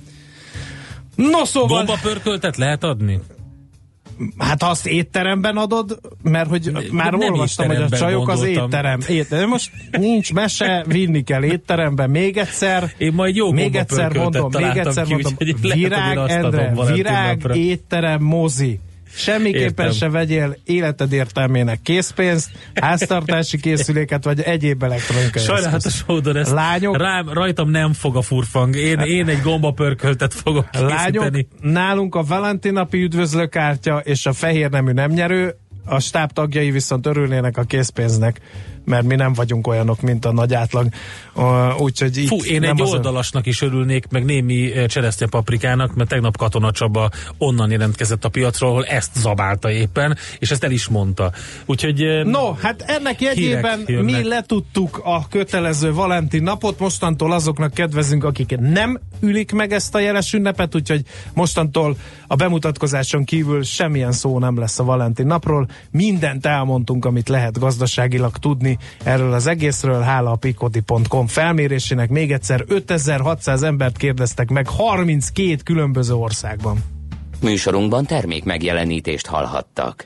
No szóval... Gombapörköltet lehet adni? Hát ha azt étteremben adod, mert hogy már nem olvastam, hogy a csajok gondoltam. az étterem. Most nincs mese, vinni kell étteremben. Még egyszer. Én majd jó gombapörköltet találtam ki, virág, Endre, virág, étterem, mozi. Semmiképpen se vegyél életed értelmének készpénzt, háztartási készüléket, vagy egyéb elektronikai eszközt. Sajnálatos módon ezt lányok, rajtam nem fog a furfang. Én egy gombapörköltet fogok készíteni. Lányok, nálunk a Valentin napi üdvözlőkártya és a fehér nemű nem nyerő, a stáb tagjai viszont örülnének a készpénznek. mert mi nem vagyunk olyanok, mint a nagy átlag. Úgyhogy itt én egy oldalasnak is örülnék, meg némi cseresznyepaprikának, mert tegnap Katona Csaba onnan jelentkezett a piacról, ahol ezt zabálta éppen, és ezt el is mondta. Úgyhogy no, hát ennek jegyében mi letudtuk a kötelező Valentin napot, mostantól azoknak kedvezünk, akik nem ülik meg ezt a jeles ünnepet, úgyhogy mostantól a bemutatkozáson kívül semmilyen szó nem lesz a Valentin napról. Mindent elmondtunk, amit lehet gazdaságilag tudni erről az egészről, hála a Picodi.com felmérésének. Még egyszer 5600 embert kérdeztek meg 32 különböző országban. Műsorunkban termék megjelenítést hallhattak.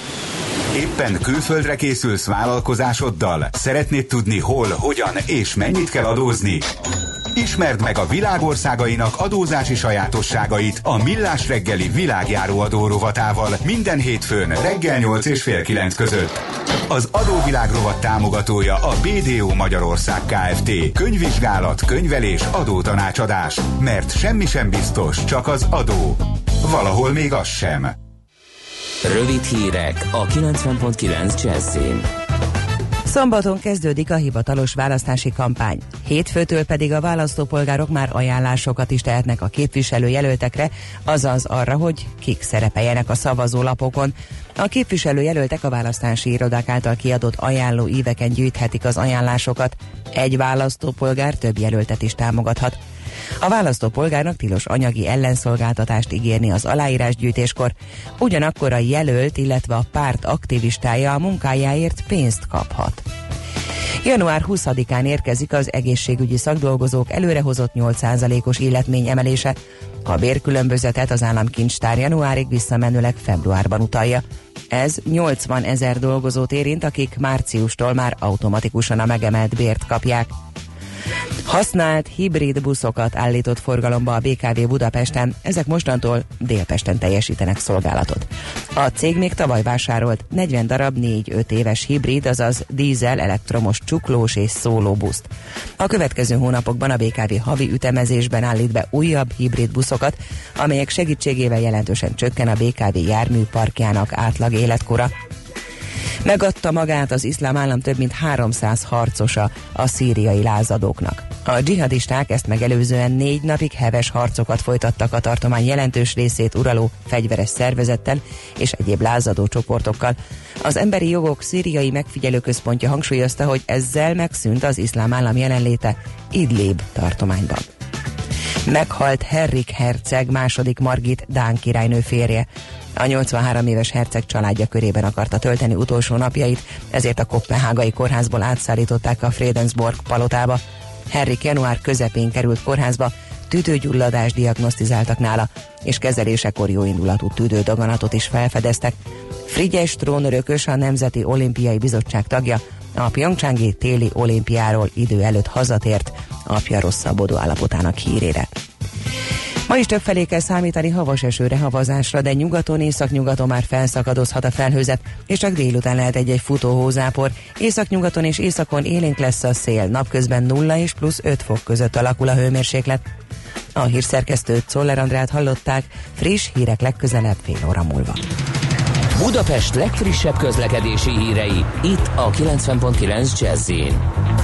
Éppen külföldre készülsz vállalkozásoddal? Szeretnéd tudni hol, hogyan és mennyit kell adózni? Ismerd meg a világ országainak adózási sajátosságait a Millás reggeli világjáró adó rovatával minden hétfőn reggel 8 és fél 9 között. Az adóvilág rovat támogatója a BDO Magyarország Kft. Könyvvizsgálat, könyvelés, adótanácsadás. Mert semmi sem biztos, csak az adó. Valahol még az sem. Rövid hírek a 90.9 Jazzin. Szombaton kezdődik a hivatalos választási kampány. Hétfőtől pedig a választópolgárok már ajánlásokat is tehetnek a képviselőjelöltekre, azaz arra, hogy kik szerepeljenek a szavazólapokon. A képviselőjelöltek a választási irodák által kiadott ajánló íveken gyűjthetik az ajánlásokat. Egy választópolgár több jelöltet is támogathat. A választópolgárnak tilos anyagi ellenszolgáltatást ígérni az aláírásgyűjtéskor, ugyanakkor a jelölt, illetve a párt aktivistája a munkájáért pénzt kaphat. Január 20-án érkezik az egészségügyi szakdolgozók előrehozott 8%-os illetmény emelése. A bérkülönbözetet az államkincstár januárig visszamenőleg februárban utalja. Ez 80 000 dolgozót érint, akik márciustól már automatikusan a megemelt bért kapják. Használt hibrid buszokat állított forgalomba a BKV Budapesten, ezek mostantól Délpesten teljesítenek szolgálatot. A cég még tavaly vásárolt 40 darab 4-5 éves hibrid, azaz dízel, elektromos, csuklós és szólóbuszt. A következő hónapokban a BKV havi ütemezésben állít be újabb hibrid buszokat, amelyek segítségével jelentősen csökken a BKV járműparkjának átlag életkora. Megadta magát az iszlám állam több mint 300 harcosa a szíriai lázadóknak. A dzsihadisták ezt megelőzően 4 napig heves harcokat folytattak a tartomány jelentős részét uraló fegyveres szervezettel és egyéb lázadó csoportokkal. Az Emberi Jogok Szíriai Megfigyelőközpontja hangsúlyozta, hogy ezzel megszűnt az iszlám állam jelenléte Idlib tartományban. Meghalt Henrik herceg második Margit dán királynő férje. A 83 éves herceg családja körében akarta tölteni utolsó napjait, ezért a koppenhágai kórházból átszállították a Fredensborg palotába. Henrik január közepén került kórházba, tüdőgyulladást diagnosztizáltak nála, és kezelésekor jóindulatú tüdődaganatot is felfedeztek. Frigyes trónörökös, a Nemzeti Olimpiai Bizottság tagja, a pjongcsangi téli olimpiáról idő előtt hazatért, apja rosszabbodó állapotának hírére. Ma is többfelé kell számítani havas esőre, havazásra, de nyugaton, északnyugaton már felszakadozhat a felhőzet, és csak délután lehet egy-egy futó hózápor. Északnyugaton és északon élénk lesz a szél, napközben 0 és plusz 5 fok között alakul a hőmérséklet. A hírszerkesztőt, Czoller Andrát hallották, friss hírek legközelebb fél óra múlva. Budapest legfrissebb közlekedési hírei, itt a 90.9 Jazz-in.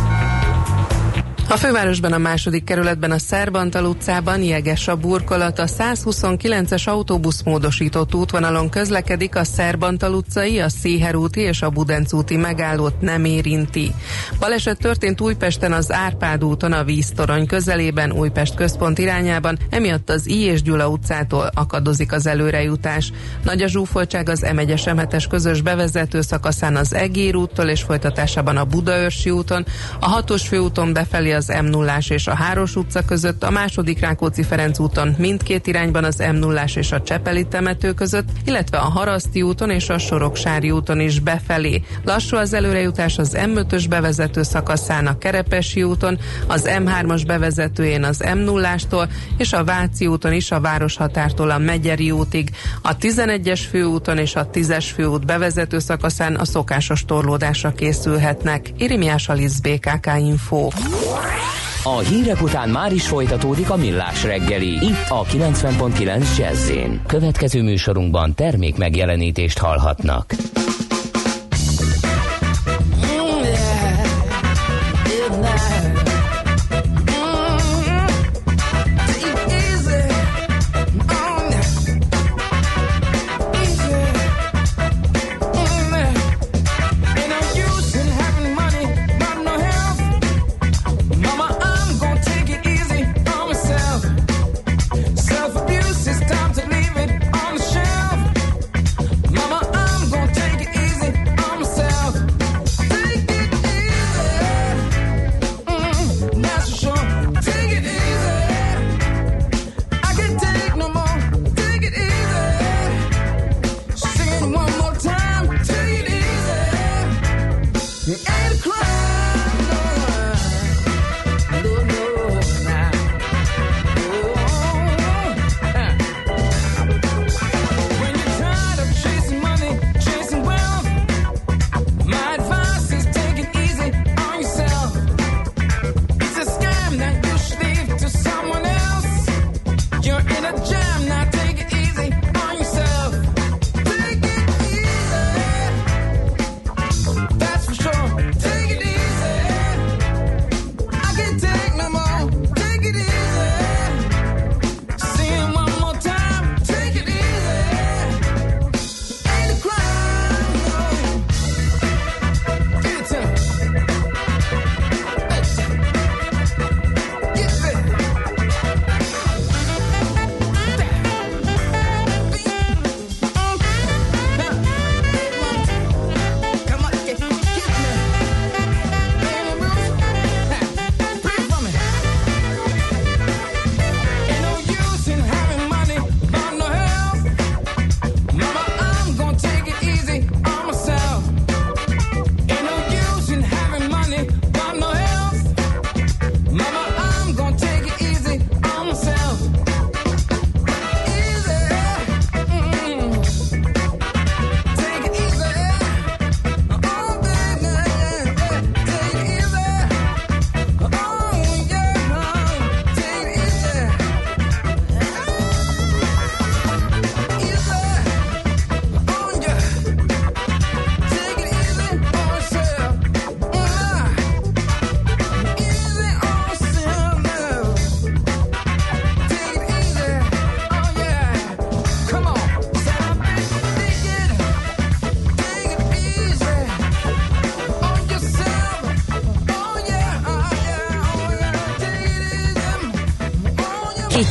A fővárosban a második kerületben a Szerbantal utcában jeges a burkolat, a 129-es autóbusz módosított útvonalon közlekedik, a Szerbantal utcai, a Széher úti és a Budenc úti megállót nem érinti. Baleset történt Újpesten az Árpád úton a víztorony közelében, Újpest központ irányában, emiatt az I. és Gyula utcától akadozik az előrejutás. Nagy a zsúfoltság az M1-es M7-es közös bevezető szakaszán az Egér úttól és folytatásában a Budaörsi úton, a 6-os főúton befelé az M0-ás és a Háros utca között, a második Rákóczi-Ferenc úton mindkét irányban az M0-ás és a Csepeli temető között, illetve a Haraszti úton és a Soroksári úton is befelé. Lassú az előrejutás az M5-ös bevezető szakaszán a Kerepesi úton, az M3-as bevezetőjén az M0-ástól és a Váci úton is a városhatártól a Megyeri útig. A 11-es főúton és a 10-es főút bevezető szakaszán a szokásos torlódásra készülhetnek. Irimiás Alisz, BKK Info. A hírek után már is folytatódik a Millás reggeli, itt a 90.9 Jazz-én. Következő műsorunkban termék megjelenítést hallhatnak.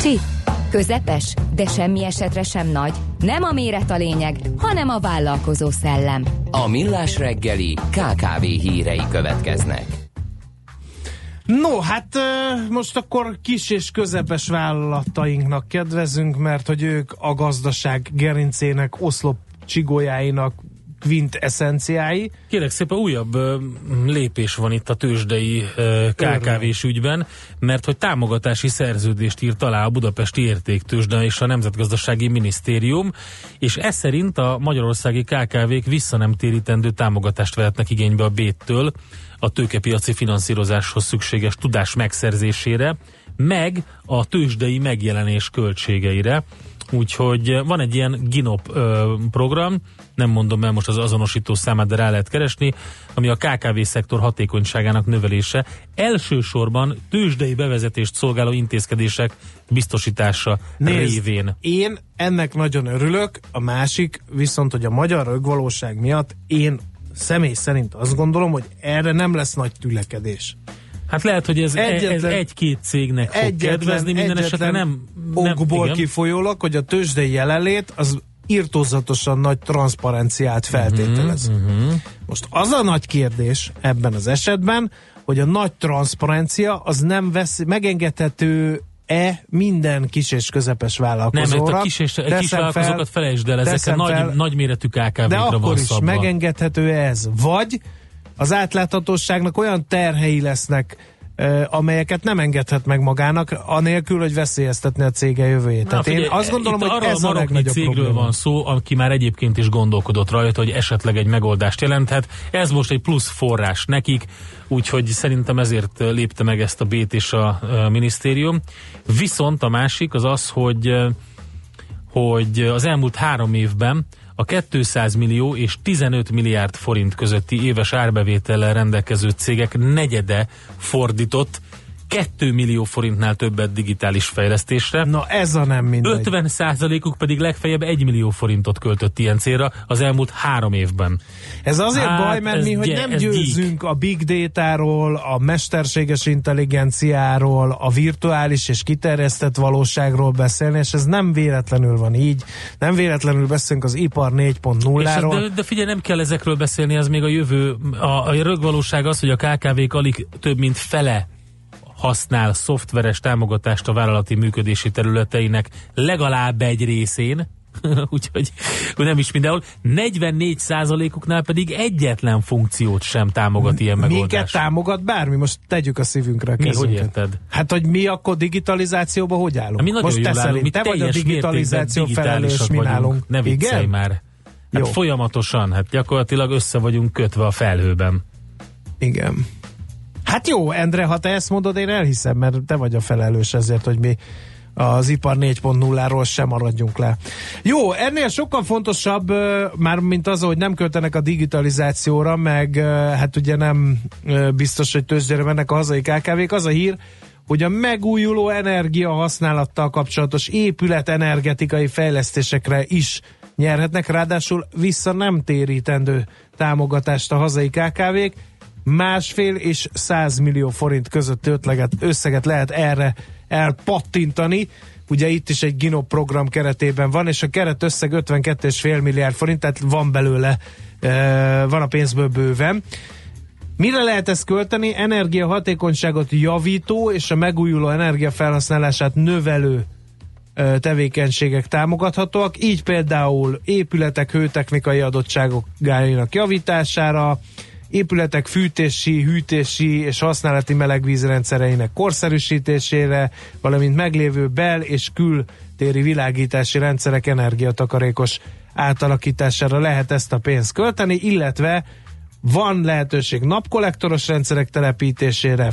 Kicsi, közepes, de semmi esetre sem nagy. Nem a méret a lényeg, hanem a vállalkozó szellem. A Millás reggeli KKV hírei következnek. No, hát most akkor kis és közepes vállalatainknak kedvezünk, mert hogy ők a gazdaság gerincének, oszlop csigójáinak kvintessenciái. Kérlek szépen, újabb lépés van itt a tőzsdei KKV-s ügyben, mert hogy támogatási szerződést írt alá a Budapesti Értéktőzsde és a Nemzetgazdasági Minisztérium, és ez szerint a magyarországi KKV-k visszanemtérítendő támogatást vehetnek igénybe a BÉT-től a tőkepiaci finanszírozáshoz szükséges tudás megszerzésére, meg a tőzsdei megjelenés költségeire. Úgyhogy van egy ilyen GINOP program, nem mondom el most az azonosító számát, de rá lehet keresni, ami a KKV-szektor hatékonyságának növelése, elsősorban tőzsdei bevezetést szolgáló intézkedések biztosítása révén. Én ennek nagyon örülök, a másik viszont, hogy a magyar rögvalóság miatt én személy szerint azt gondolom, hogy erre nem lesz nagy tülekedés. Hát lehet, hogy ez egy-két cégnek fog kedvezni, minden esetre nem okból igen. kifolyólag, hogy a tőzsdei jelenlét az irtózatosan nagy transzparenciát feltételez. Most az a nagy kérdés ebben az esetben, hogy a nagy transzparencia az nem megengedhető-e minden kis és közepes vállalkozóra. Nem, a kis vállalkozókat felejtsd el, ezek a nagyméretű KKV-kra de van akkor is szabva. megengedhető ez. Vagy az átláthatóságnak olyan terhei lesznek, amelyeket nem engedhet meg magának, anélkül, hogy veszélyeztetni a cége jövőjét. Tehát figyelj, én azt gondolom, hogy ez a legnagyobb cégről probléma. van szó, aki már egyébként is gondolkodott rajta, hogy esetleg egy megoldást jelenthet. Ez most egy plusz forrás nekik, úgyhogy szerintem ezért lépte meg ezt a BÉT és a minisztérium. Viszont a másik az az, hogy az elmúlt 3 évben a 200 millió és 15 milliárd forint közötti éves árbevétellel rendelkező cégek negyede fordított 2 millió forintnál többet digitális fejlesztésre. Na ez a nem mindegy. 50%-uk pedig legfeljebb 1 millió forintot költött ilyen célra az elmúlt 3 évben. Ez azért baj, mert mi, hogy nem győzünk a big data-ról, a mesterséges intelligenciáról, a virtuális és kiterjesztett valóságról beszélni, és ez nem véletlenül van így. Nem véletlenül beszélünk az ipar 4.0-ról. De figyelj, nem kell ezekről beszélni, ez még a jövő. A rögvalóság az, hogy a KKV-k alig több mint fele használ szoftveres támogatást a vállalati működési területeinek legalább egy részén, úgyhogy nem is mindenhol, 44%-uknál pedig egyetlen funkciót sem támogat ilyen megoldás. Minket támogat bármi? Most tegyük a szívünkre a kezünket. Mi, hogy érted? Hát, hogy mi akkor digitalizációban hogy állunk? Mi most te szerint, te vagy a digitalizáció felelős, mi nálunk. Ne viccelj már. Hát folyamatosan, hát gyakorlatilag össze vagyunk kötve a felhőben. Igen. Hát jó, Endre, ha te ezt mondod, én elhiszem, mert te vagy a felelős ezért, hogy mi az ipar 4.0-ról sem maradjunk le. Jó, ennél sokkal fontosabb, már mint az, hogy nem költenek a digitalizációra, meg hát ugye nem biztos, hogy tőzsdére mennek a hazai KKV-k, az a hír, hogy a megújuló energia használattal kapcsolatos épületenergetikai fejlesztésekre is nyerhetnek, ráadásul vissza nem térítendő támogatást a hazai KKV-k, 1,5 és 100 millió forint közötti összeget lehet erre elpattintani. Ugye itt is egy GINOP program keretében van, és a keret összeg 52,5 milliárd forint, tehát van belőle, van a pénzből bőven. Mire lehet ezt költeni? Energiahatékonyságot javító és a megújuló energia felhasználását növelő tevékenységek támogathatóak, így például épületek hőtechnikai adottságainak javítására, épületek fűtési, hűtési és használati melegvízrendszereinek korszerűsítésére, valamint meglévő bel- és kültéri világítási rendszerek energiatakarékos átalakítására lehet ezt a pénzt költeni, illetve van lehetőség napkollektoros rendszerek telepítésére,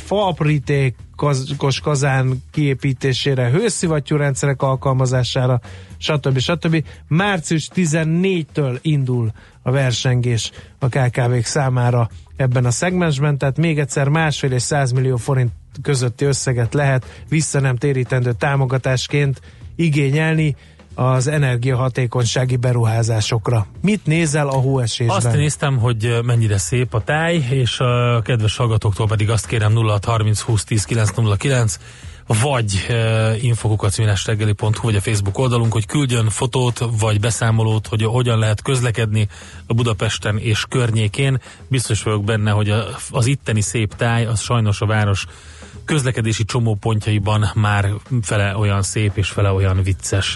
faaprítékos kazán kiépítésére, hőszivattyú rendszerek alkalmazására, stb. Március 14-től indul a versengés a KKV-k számára ebben a szegmensben, tehát még egyszer 1,5 és 100 millió forint közötti összeget lehet vissza nem térítendő támogatásként igényelni az energiahatékonysági beruházásokra. Mit nézel a hóesésben? Azt néztem, hogy mennyire szép a táj, és a kedves hallgatóktól pedig azt kérem 0630 20 10 909, vagy info@millásreggeli.hu, vagy a Facebook oldalunk, hogy küldjön fotót, vagy beszámolót, hogy hogyan lehet közlekedni a Budapesten és környékén. Biztos vagyok benne, hogy az itteni szép táj, az sajnos a város közlekedési csomópontjaiban már fele olyan szép és fele olyan vicces.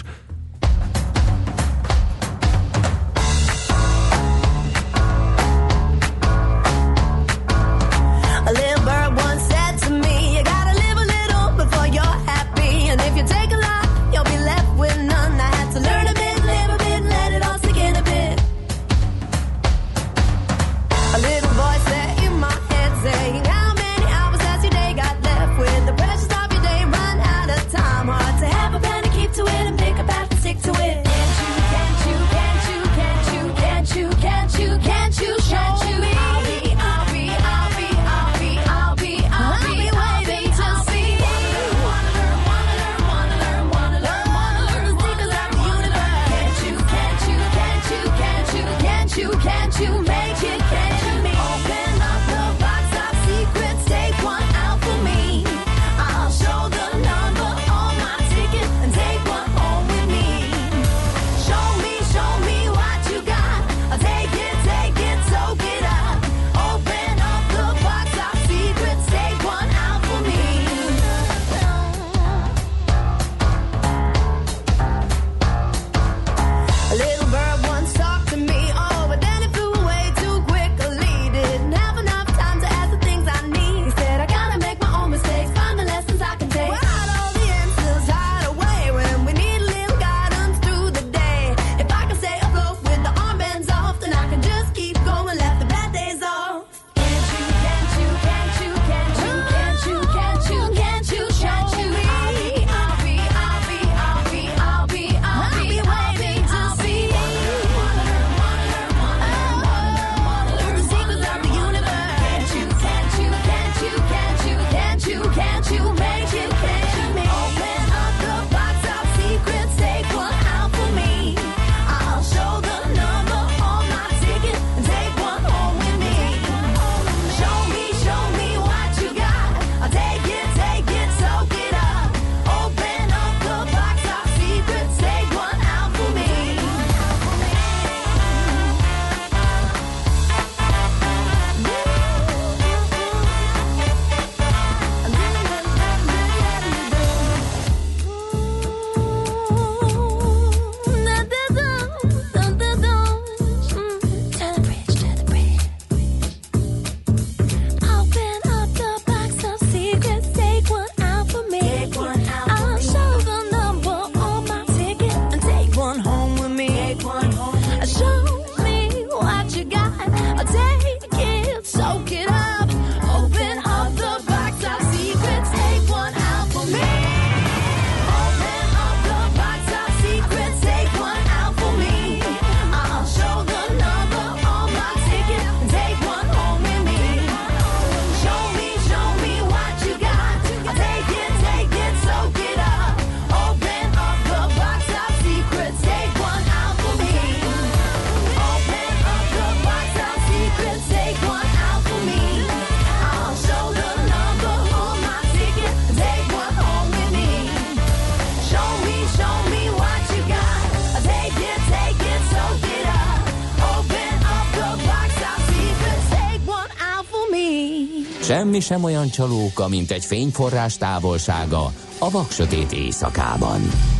Semmi sem olyan csalóka, mint egy fényforrás távolsága a vaksötét éjszakában.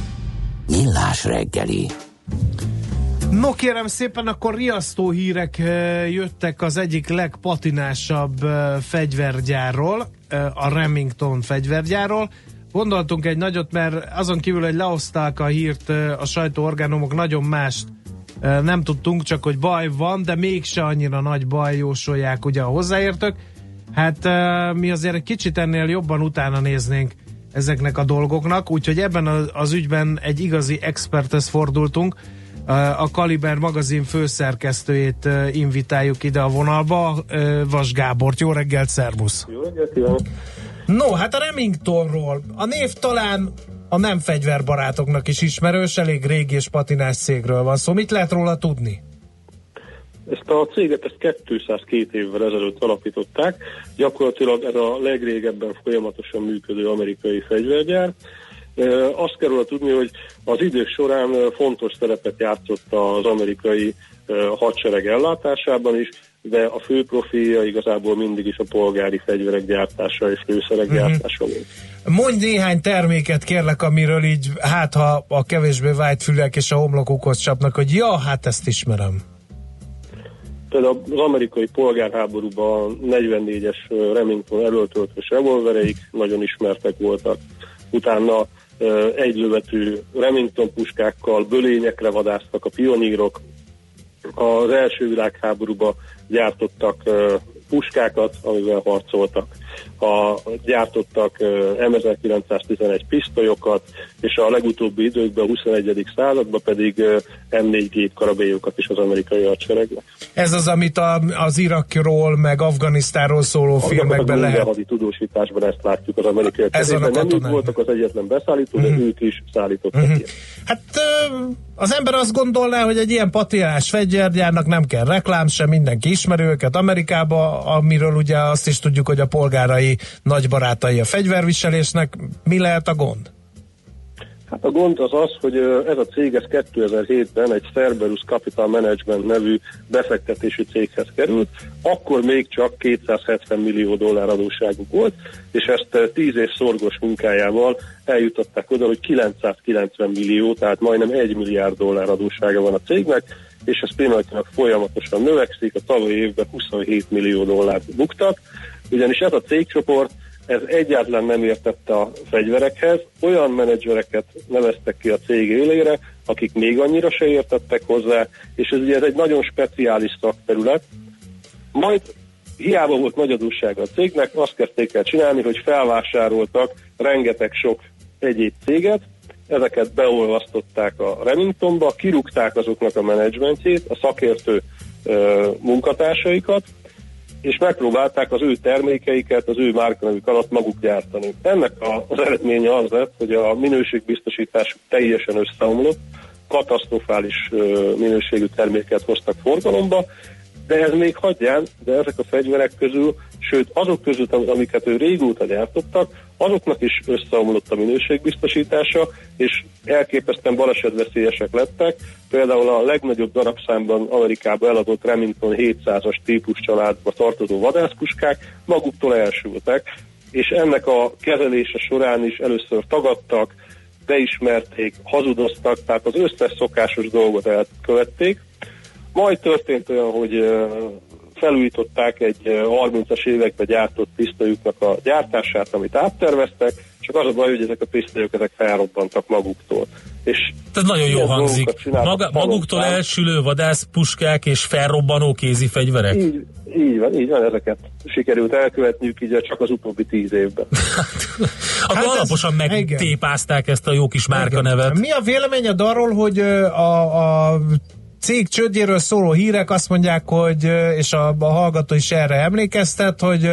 Millás reggeli. No kérem szépen, akkor riasztó hírek jöttek az egyik legpatinásabb fegyvergyárról, a Remington fegyvergyárról. Gondoltunk egy nagyot, mert azon kívül, hogy lehozták a hírt a sajtóorgánumok, nagyon mást nem tudtunk, csak hogy baj van, de mégse annyira nagy baj, jósolják ugye a hozzáértők. Hát mi azért egy kicsit ennél jobban utána néznénk ezeknek a dolgoknak, úgyhogy ebben az ügyben egy igazi experthez fordultunk. A Kaliber magazin főszerkesztőjét invitáljuk ide a vonalba, Vas Gábort. Jó reggelt, szervusz! Jó reggelt, kívánok! No, hát a Remingtonról. A név talán a nem fegyverbarátoknak is ismerős, elég régi és patinás cégről van szó. Mit lehet róla tudni? Ezt a céget 202 évvel ezelőtt alapították, gyakorlatilag ez a legrégebben folyamatosan működő amerikai fegyvergyár. Azt kell róla tudni, hogy az idők során fontos szerepet játszott az amerikai hadsereg ellátásában is, de a fő profilja igazából mindig is a polgári fegyverek gyártása és lőszerek gyártása volt. Mondj néhány terméket kérlek, amiről így, hát ha a kevésbé vájt fülek és a homlokukhoz csapnak, hogy ja, hát ezt ismerem. Például az amerikai polgárháborúban 44-es Remington erőltöltős revolvereik nagyon ismertek voltak. Utána egylövetű Remington puskákkal bölényekre vadásztak a pionírok. Az első világháborúban gyártottak puskákat, amivel harcoltak. Gyártottak M1911 pisztolyokat, és a legutóbbi időkben, a 21. században pedig M4 gépkarabélyokat is az amerikai hadseregnek. Ez az, amit az Irakról, meg Afganisztánról szóló filmekben lehet. A hadi tudósításban ezt látjuk az amerikai kezében. Nem ők voltak az egyetlen beszállító, de ők is szállítottak ilyet. Hát az ember azt gondolná, hogy egy ilyen patinás fegyvergyárnak nem kell reklám sem, mindenki ismeri őket Amerikába, amiről ugye azt is tudjuk, hogy a polgárai nagy barátai a fegyverviselésnek. Mi lehet a gond? Hát a gond az az, hogy ez a cég 2007-ben egy Cerberus Capital Management nevű befektetési céghez került, akkor még csak $270 millió adósságuk volt, és ezt 10 év szorgos munkájával eljutották oda, hogy 990 millió, tehát majdnem $1 milliárd adóssága van a cégnek, és ez pillanatnyilag folyamatosan növekszik, a tavalyi évben $27 millió buktak, ugyanis ez a cégcsoport ez egyáltalán nem értette a fegyverekhez, olyan menedzsereket neveztek ki a cég élére, akik még annyira se értettek hozzá, és ez egy nagyon speciális szakterület. Majd hiába volt nagy adóssága a cégnek, azt kezdték el csinálni, hogy felvásároltak rengeteg sok egyéb céget, ezeket beolvasztották a Remingtonba, kirúgták azoknak a menedzsmentjét, a szakértő munkatársaikat, és megpróbálták az ő termékeiket az ő márkanevük alatt maguk gyártani. Ennek az eredménye az lett, hogy a minőségbiztosítás teljesen összeomlott, katasztrofális minőségű terméket hoztak forgalomba, de ez még hagyján, de ezek a fegyverek közül, sőt azok közül, amiket ő régóta gyártottak, azoknak is összeomlott a minőségbiztosítása, és elképesztően balesetveszélyesek lettek. Például a legnagyobb darabszámban Amerikában eladott Remington 700-as típus családba tartozó vadászpuskák maguktól elsültek, és ennek a kezelése során is először tagadtak, beismerték, hazudoztak, tehát az összes szokásos dolgot elkövették. Majd történt olyan, hogy felújították egy 30-as években gyártott pisztolyuknak a gyártását, amit átterveztek, csak az a baj, hogy ezek a pisztolyok ezek felrobbantak maguktól. És ez nagyon jó hangzik. Maguktól elsülő vadászpuskák és felrobbanó kézi fegyverek? Így van, ezeket sikerült elkövetniük így csak az utóbbi 10 évben. Akkor alaposan megtépázták ezt a jó kis márkanevet. Mi a véleményed arról, hogy a cég csődjéről szóló hírek azt mondják, hogy, és a hallgató is erre emlékeztet, hogy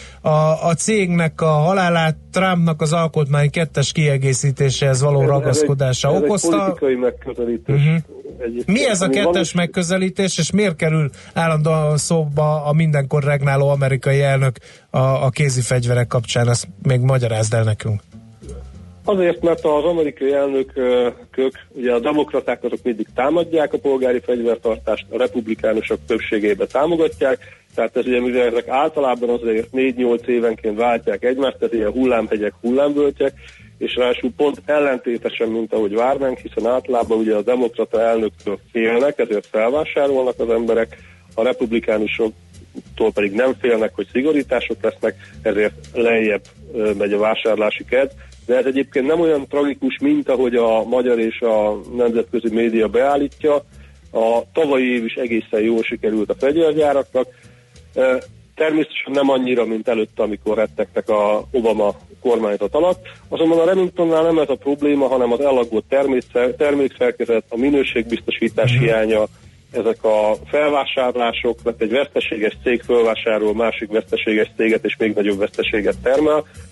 a cégnek a halálát Trumpnak az alkotmány 2-es kiegészítéséhez való ragaszkodása okozta. Ez egy politikai megközelítés. Mi ez a 2-es megközelítés, és miért kerül állandóan szóba a mindenkor regnáló amerikai elnök a kézi fegyverek kapcsán? Ezt még magyarázd el nekünk. Azért, mert az amerikai elnökök, ugye a demokraták azok mindig támadják a polgári fegyvertartást, a republikánusok többségében támogatják, tehát ez ugye, mivel ezek általában azért 4-8 évenként váltják egymást, tehát ilyen hullámhegyek, hullámvölgyek, és ráadásul pont ellentétesen, mint ahogy várnánk, hiszen általában ugye a demokrata elnöktől félnek, ezért felvásárolnak az emberek, a republikánusoktól pedig nem félnek, hogy szigorítások lesznek, ezért lejjebb megy a vásárlási kedv. De ez egyébként nem olyan tragikus, mint ahogy a magyar és a nemzetközi média beállítja. A tavalyi év is egészen jól sikerült a fegyvergyáraknak. Természetesen nem annyira, mint előtte, amikor rettegtek a Obama kormányzat alatt. Azonban a Remingtonnál nem ez a probléma, hanem az elaggott termékszerkezet, a minőségbiztosítás hiánya, ezek a felvásárlások, mert egy veszteséges cég felvásárol másik veszteséges céget, és még nagyobb veszteséget termel.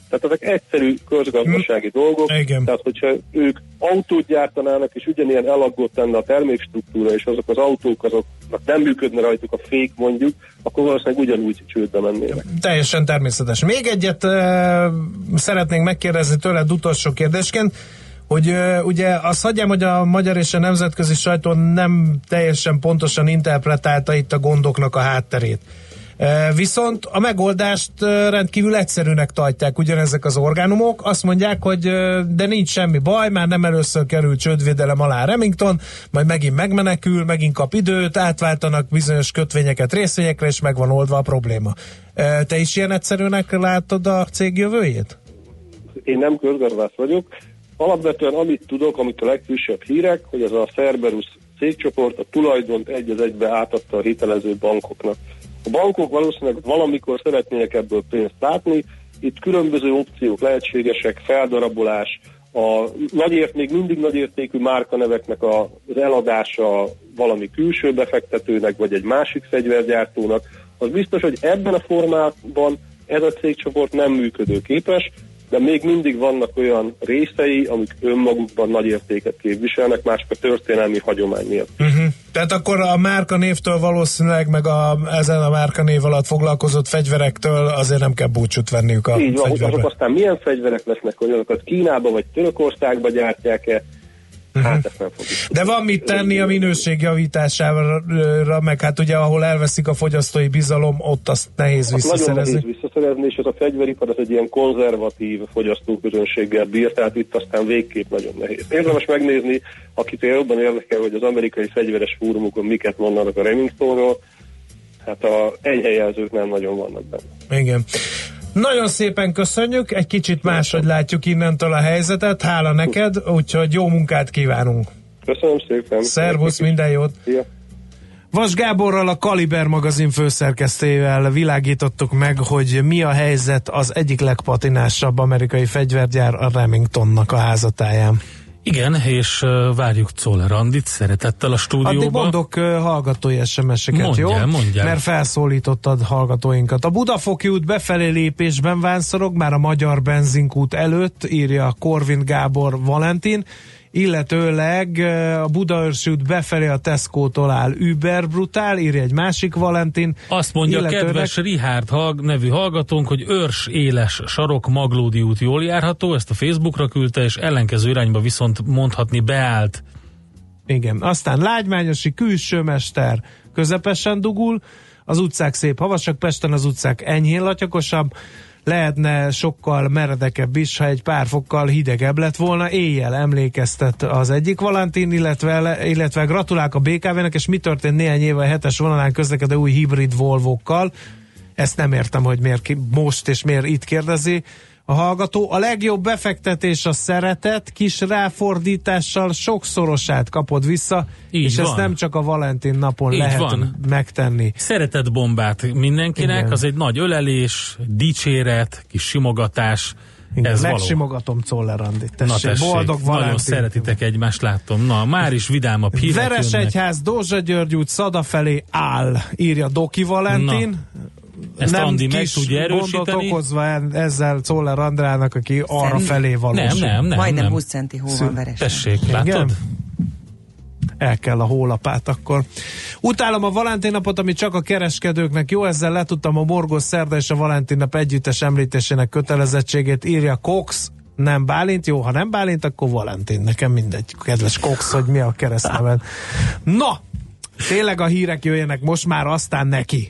Tehát ezek egyszerű közgazdasági dolgok. Igen. Tehát, hogyha ők autót gyártanának, és ugyanilyen elaggott lenne a termékstruktúra, és azok az autók, azoknak nem működne rajtuk a fék mondjuk, akkor valószínűleg ugyanúgy csődbe mennének. Teljesen természetes. Még egyet szeretnénk megkérdezni tőled utolsó kérdésként, hogy ugye azt hagyjam, hogy a magyar és a nemzetközi sajtó nem teljesen pontosan interpretálta itt a gondoknak a hátterét. Viszont a megoldást rendkívül egyszerűnek tartják ugyanezek az orgánumok. Azt mondják, hogy de nincs semmi baj, már nem először kerül csődvédelem alá Remington, majd megint megmenekül, megint kap időt, átváltanak bizonyos kötvényeket részvényekre, és meg van oldva a probléma. Te is ilyen egyszerűnek látod a cég jövőjét? Én nem közgazdász vagyok. Alapvetően amit tudok, amik a legfrissebb hírek, hogy ez a Cerberus cégcsoport a tulajdont egy az egybe átadta a hitelező bankoknak. A bankok valószínűleg valamikor szeretnének ebből pénzt látni, itt különböző opciók lehetségesek, feldarabolás, még mindig nagyértékű márkaneveknek az eladása valami külső befektetőnek, vagy egy másik fegyvergyártónak. Az biztos, hogy ebben a formában ez a cégcsoport nem működőképes, de még mindig vannak olyan részei, amik önmagukban nagy értéket képviselnek, mások a történelmi hagyomány miatt. Tehát akkor a márkanévtől valószínűleg, meg ezen a márkanév alatt foglalkozott fegyverektől azért nem kell búcsút venniük a így van, fegyverbe. azok aztán milyen fegyverek lesznek, hogy azokat Kínába vagy Törökországba gyártják-e, hát ezt nem fogjuk. De van mit tenni a minőség javítására, meg hát ugye ahol elveszik a fogyasztói bizalom, ott azt nehéz visszaszerezni. Nagyon nehéz visszaszerezni, és ez a fegyveripar az egy ilyen konzervatív fogyasztóközönséggel bír, tehát itt aztán végképp nagyon nehéz. Érdemes megnézni, akit jobban érdekel, hogy az amerikai fegyveres fórumokon miket mondanak a Remingtonról, hát a enyhe jelzők nem nagyon vannak benne. Igen. Nagyon szépen köszönjük, egy kicsit máshogy látjuk innentől a helyzetet, hála neked, úgyhogy jó munkát kívánunk. Köszönöm szépen. Szervusz, minden jót. Szia. Vas Gáborral, a Kaliber magazin főszerkesztőjével világítottuk meg, hogy mi a helyzet az egyik legpatinásabb amerikai fegyvergyár, a Remingtonnak a házatáján. Igen, és várjuk Czoller Andit szeretettel a stúdióba. Addig mondok hallgatói SMS-eket, jó? Mondjál. Mert felszólítottad hallgatóinkat. A Budafoki út befelé lépésben vánszorog, már a Magyar Benzinkút előtt, írja Korvin Gábor Valentin, illetőleg a Budaörsi út befelé a Tesco-tól áll Uber brutál, írja egy másik Valentin. Azt mondja a kedves Richard nevű hallgatónk, hogy Örs éles sarok Maglódi út jól járható, ezt a Facebookra küldte, és ellenkező irányba viszont mondhatni beállt. Igen, aztán Lágymányosi külsőmester közepesen dugul, az utcák szép havasak, Pesten az utcák enyhén latyakosabb, lehetne sokkal meredekebb is, ha egy pár fokkal hidegebb lett volna. Éjjel emlékeztet az egyik Valentin, illetve gratulálok a BKV-nek, és mi történt néhány éve a 7-es vonalán közlekedő új hibrid Volvokkal. Ezt nem értem, hogy miért most és miért itt kérdezi a hallgató. A legjobb befektetés a szeretet, kis ráfordítással sokszorosát kapod vissza, így és van. Ezt nem csak a Valentin napon így lehet megtenni. Szeretetbombát mindenkinek, igen. Az egy nagy ölelés, dicséret, kis simogatás. Igen, ez megsimogatom Czoller Andit. Tessék, boldog Valentin. Nagyon szeretitek egymást, látom. Na, már is vidámabb hírek Veresegyház, Dózsa György út, Szada felé áll, írja Doki Valentin. Na. Ezt nem Andi meg tudja erősíteni. Gondot okozva ezzel Czoller Andrának, aki arra felé valós. Nem. Majdnem 20 centi hó van Veres. Tessék, látod? El kell a hólapát akkor. Utálom a Valentin napot, ami csak a kereskedőknek jó, ezzel letudtam a Morgos Szerda és a Valentin nap együttes említésének kötelezettségét, írja Cox, nem Bálint, jó, ha nem Bálint, akkor Valentin, nekem mindegy, kedves Cox, hogy mi a keresztneved. Na, tényleg a hírek jöjjenek most már, aztán neki.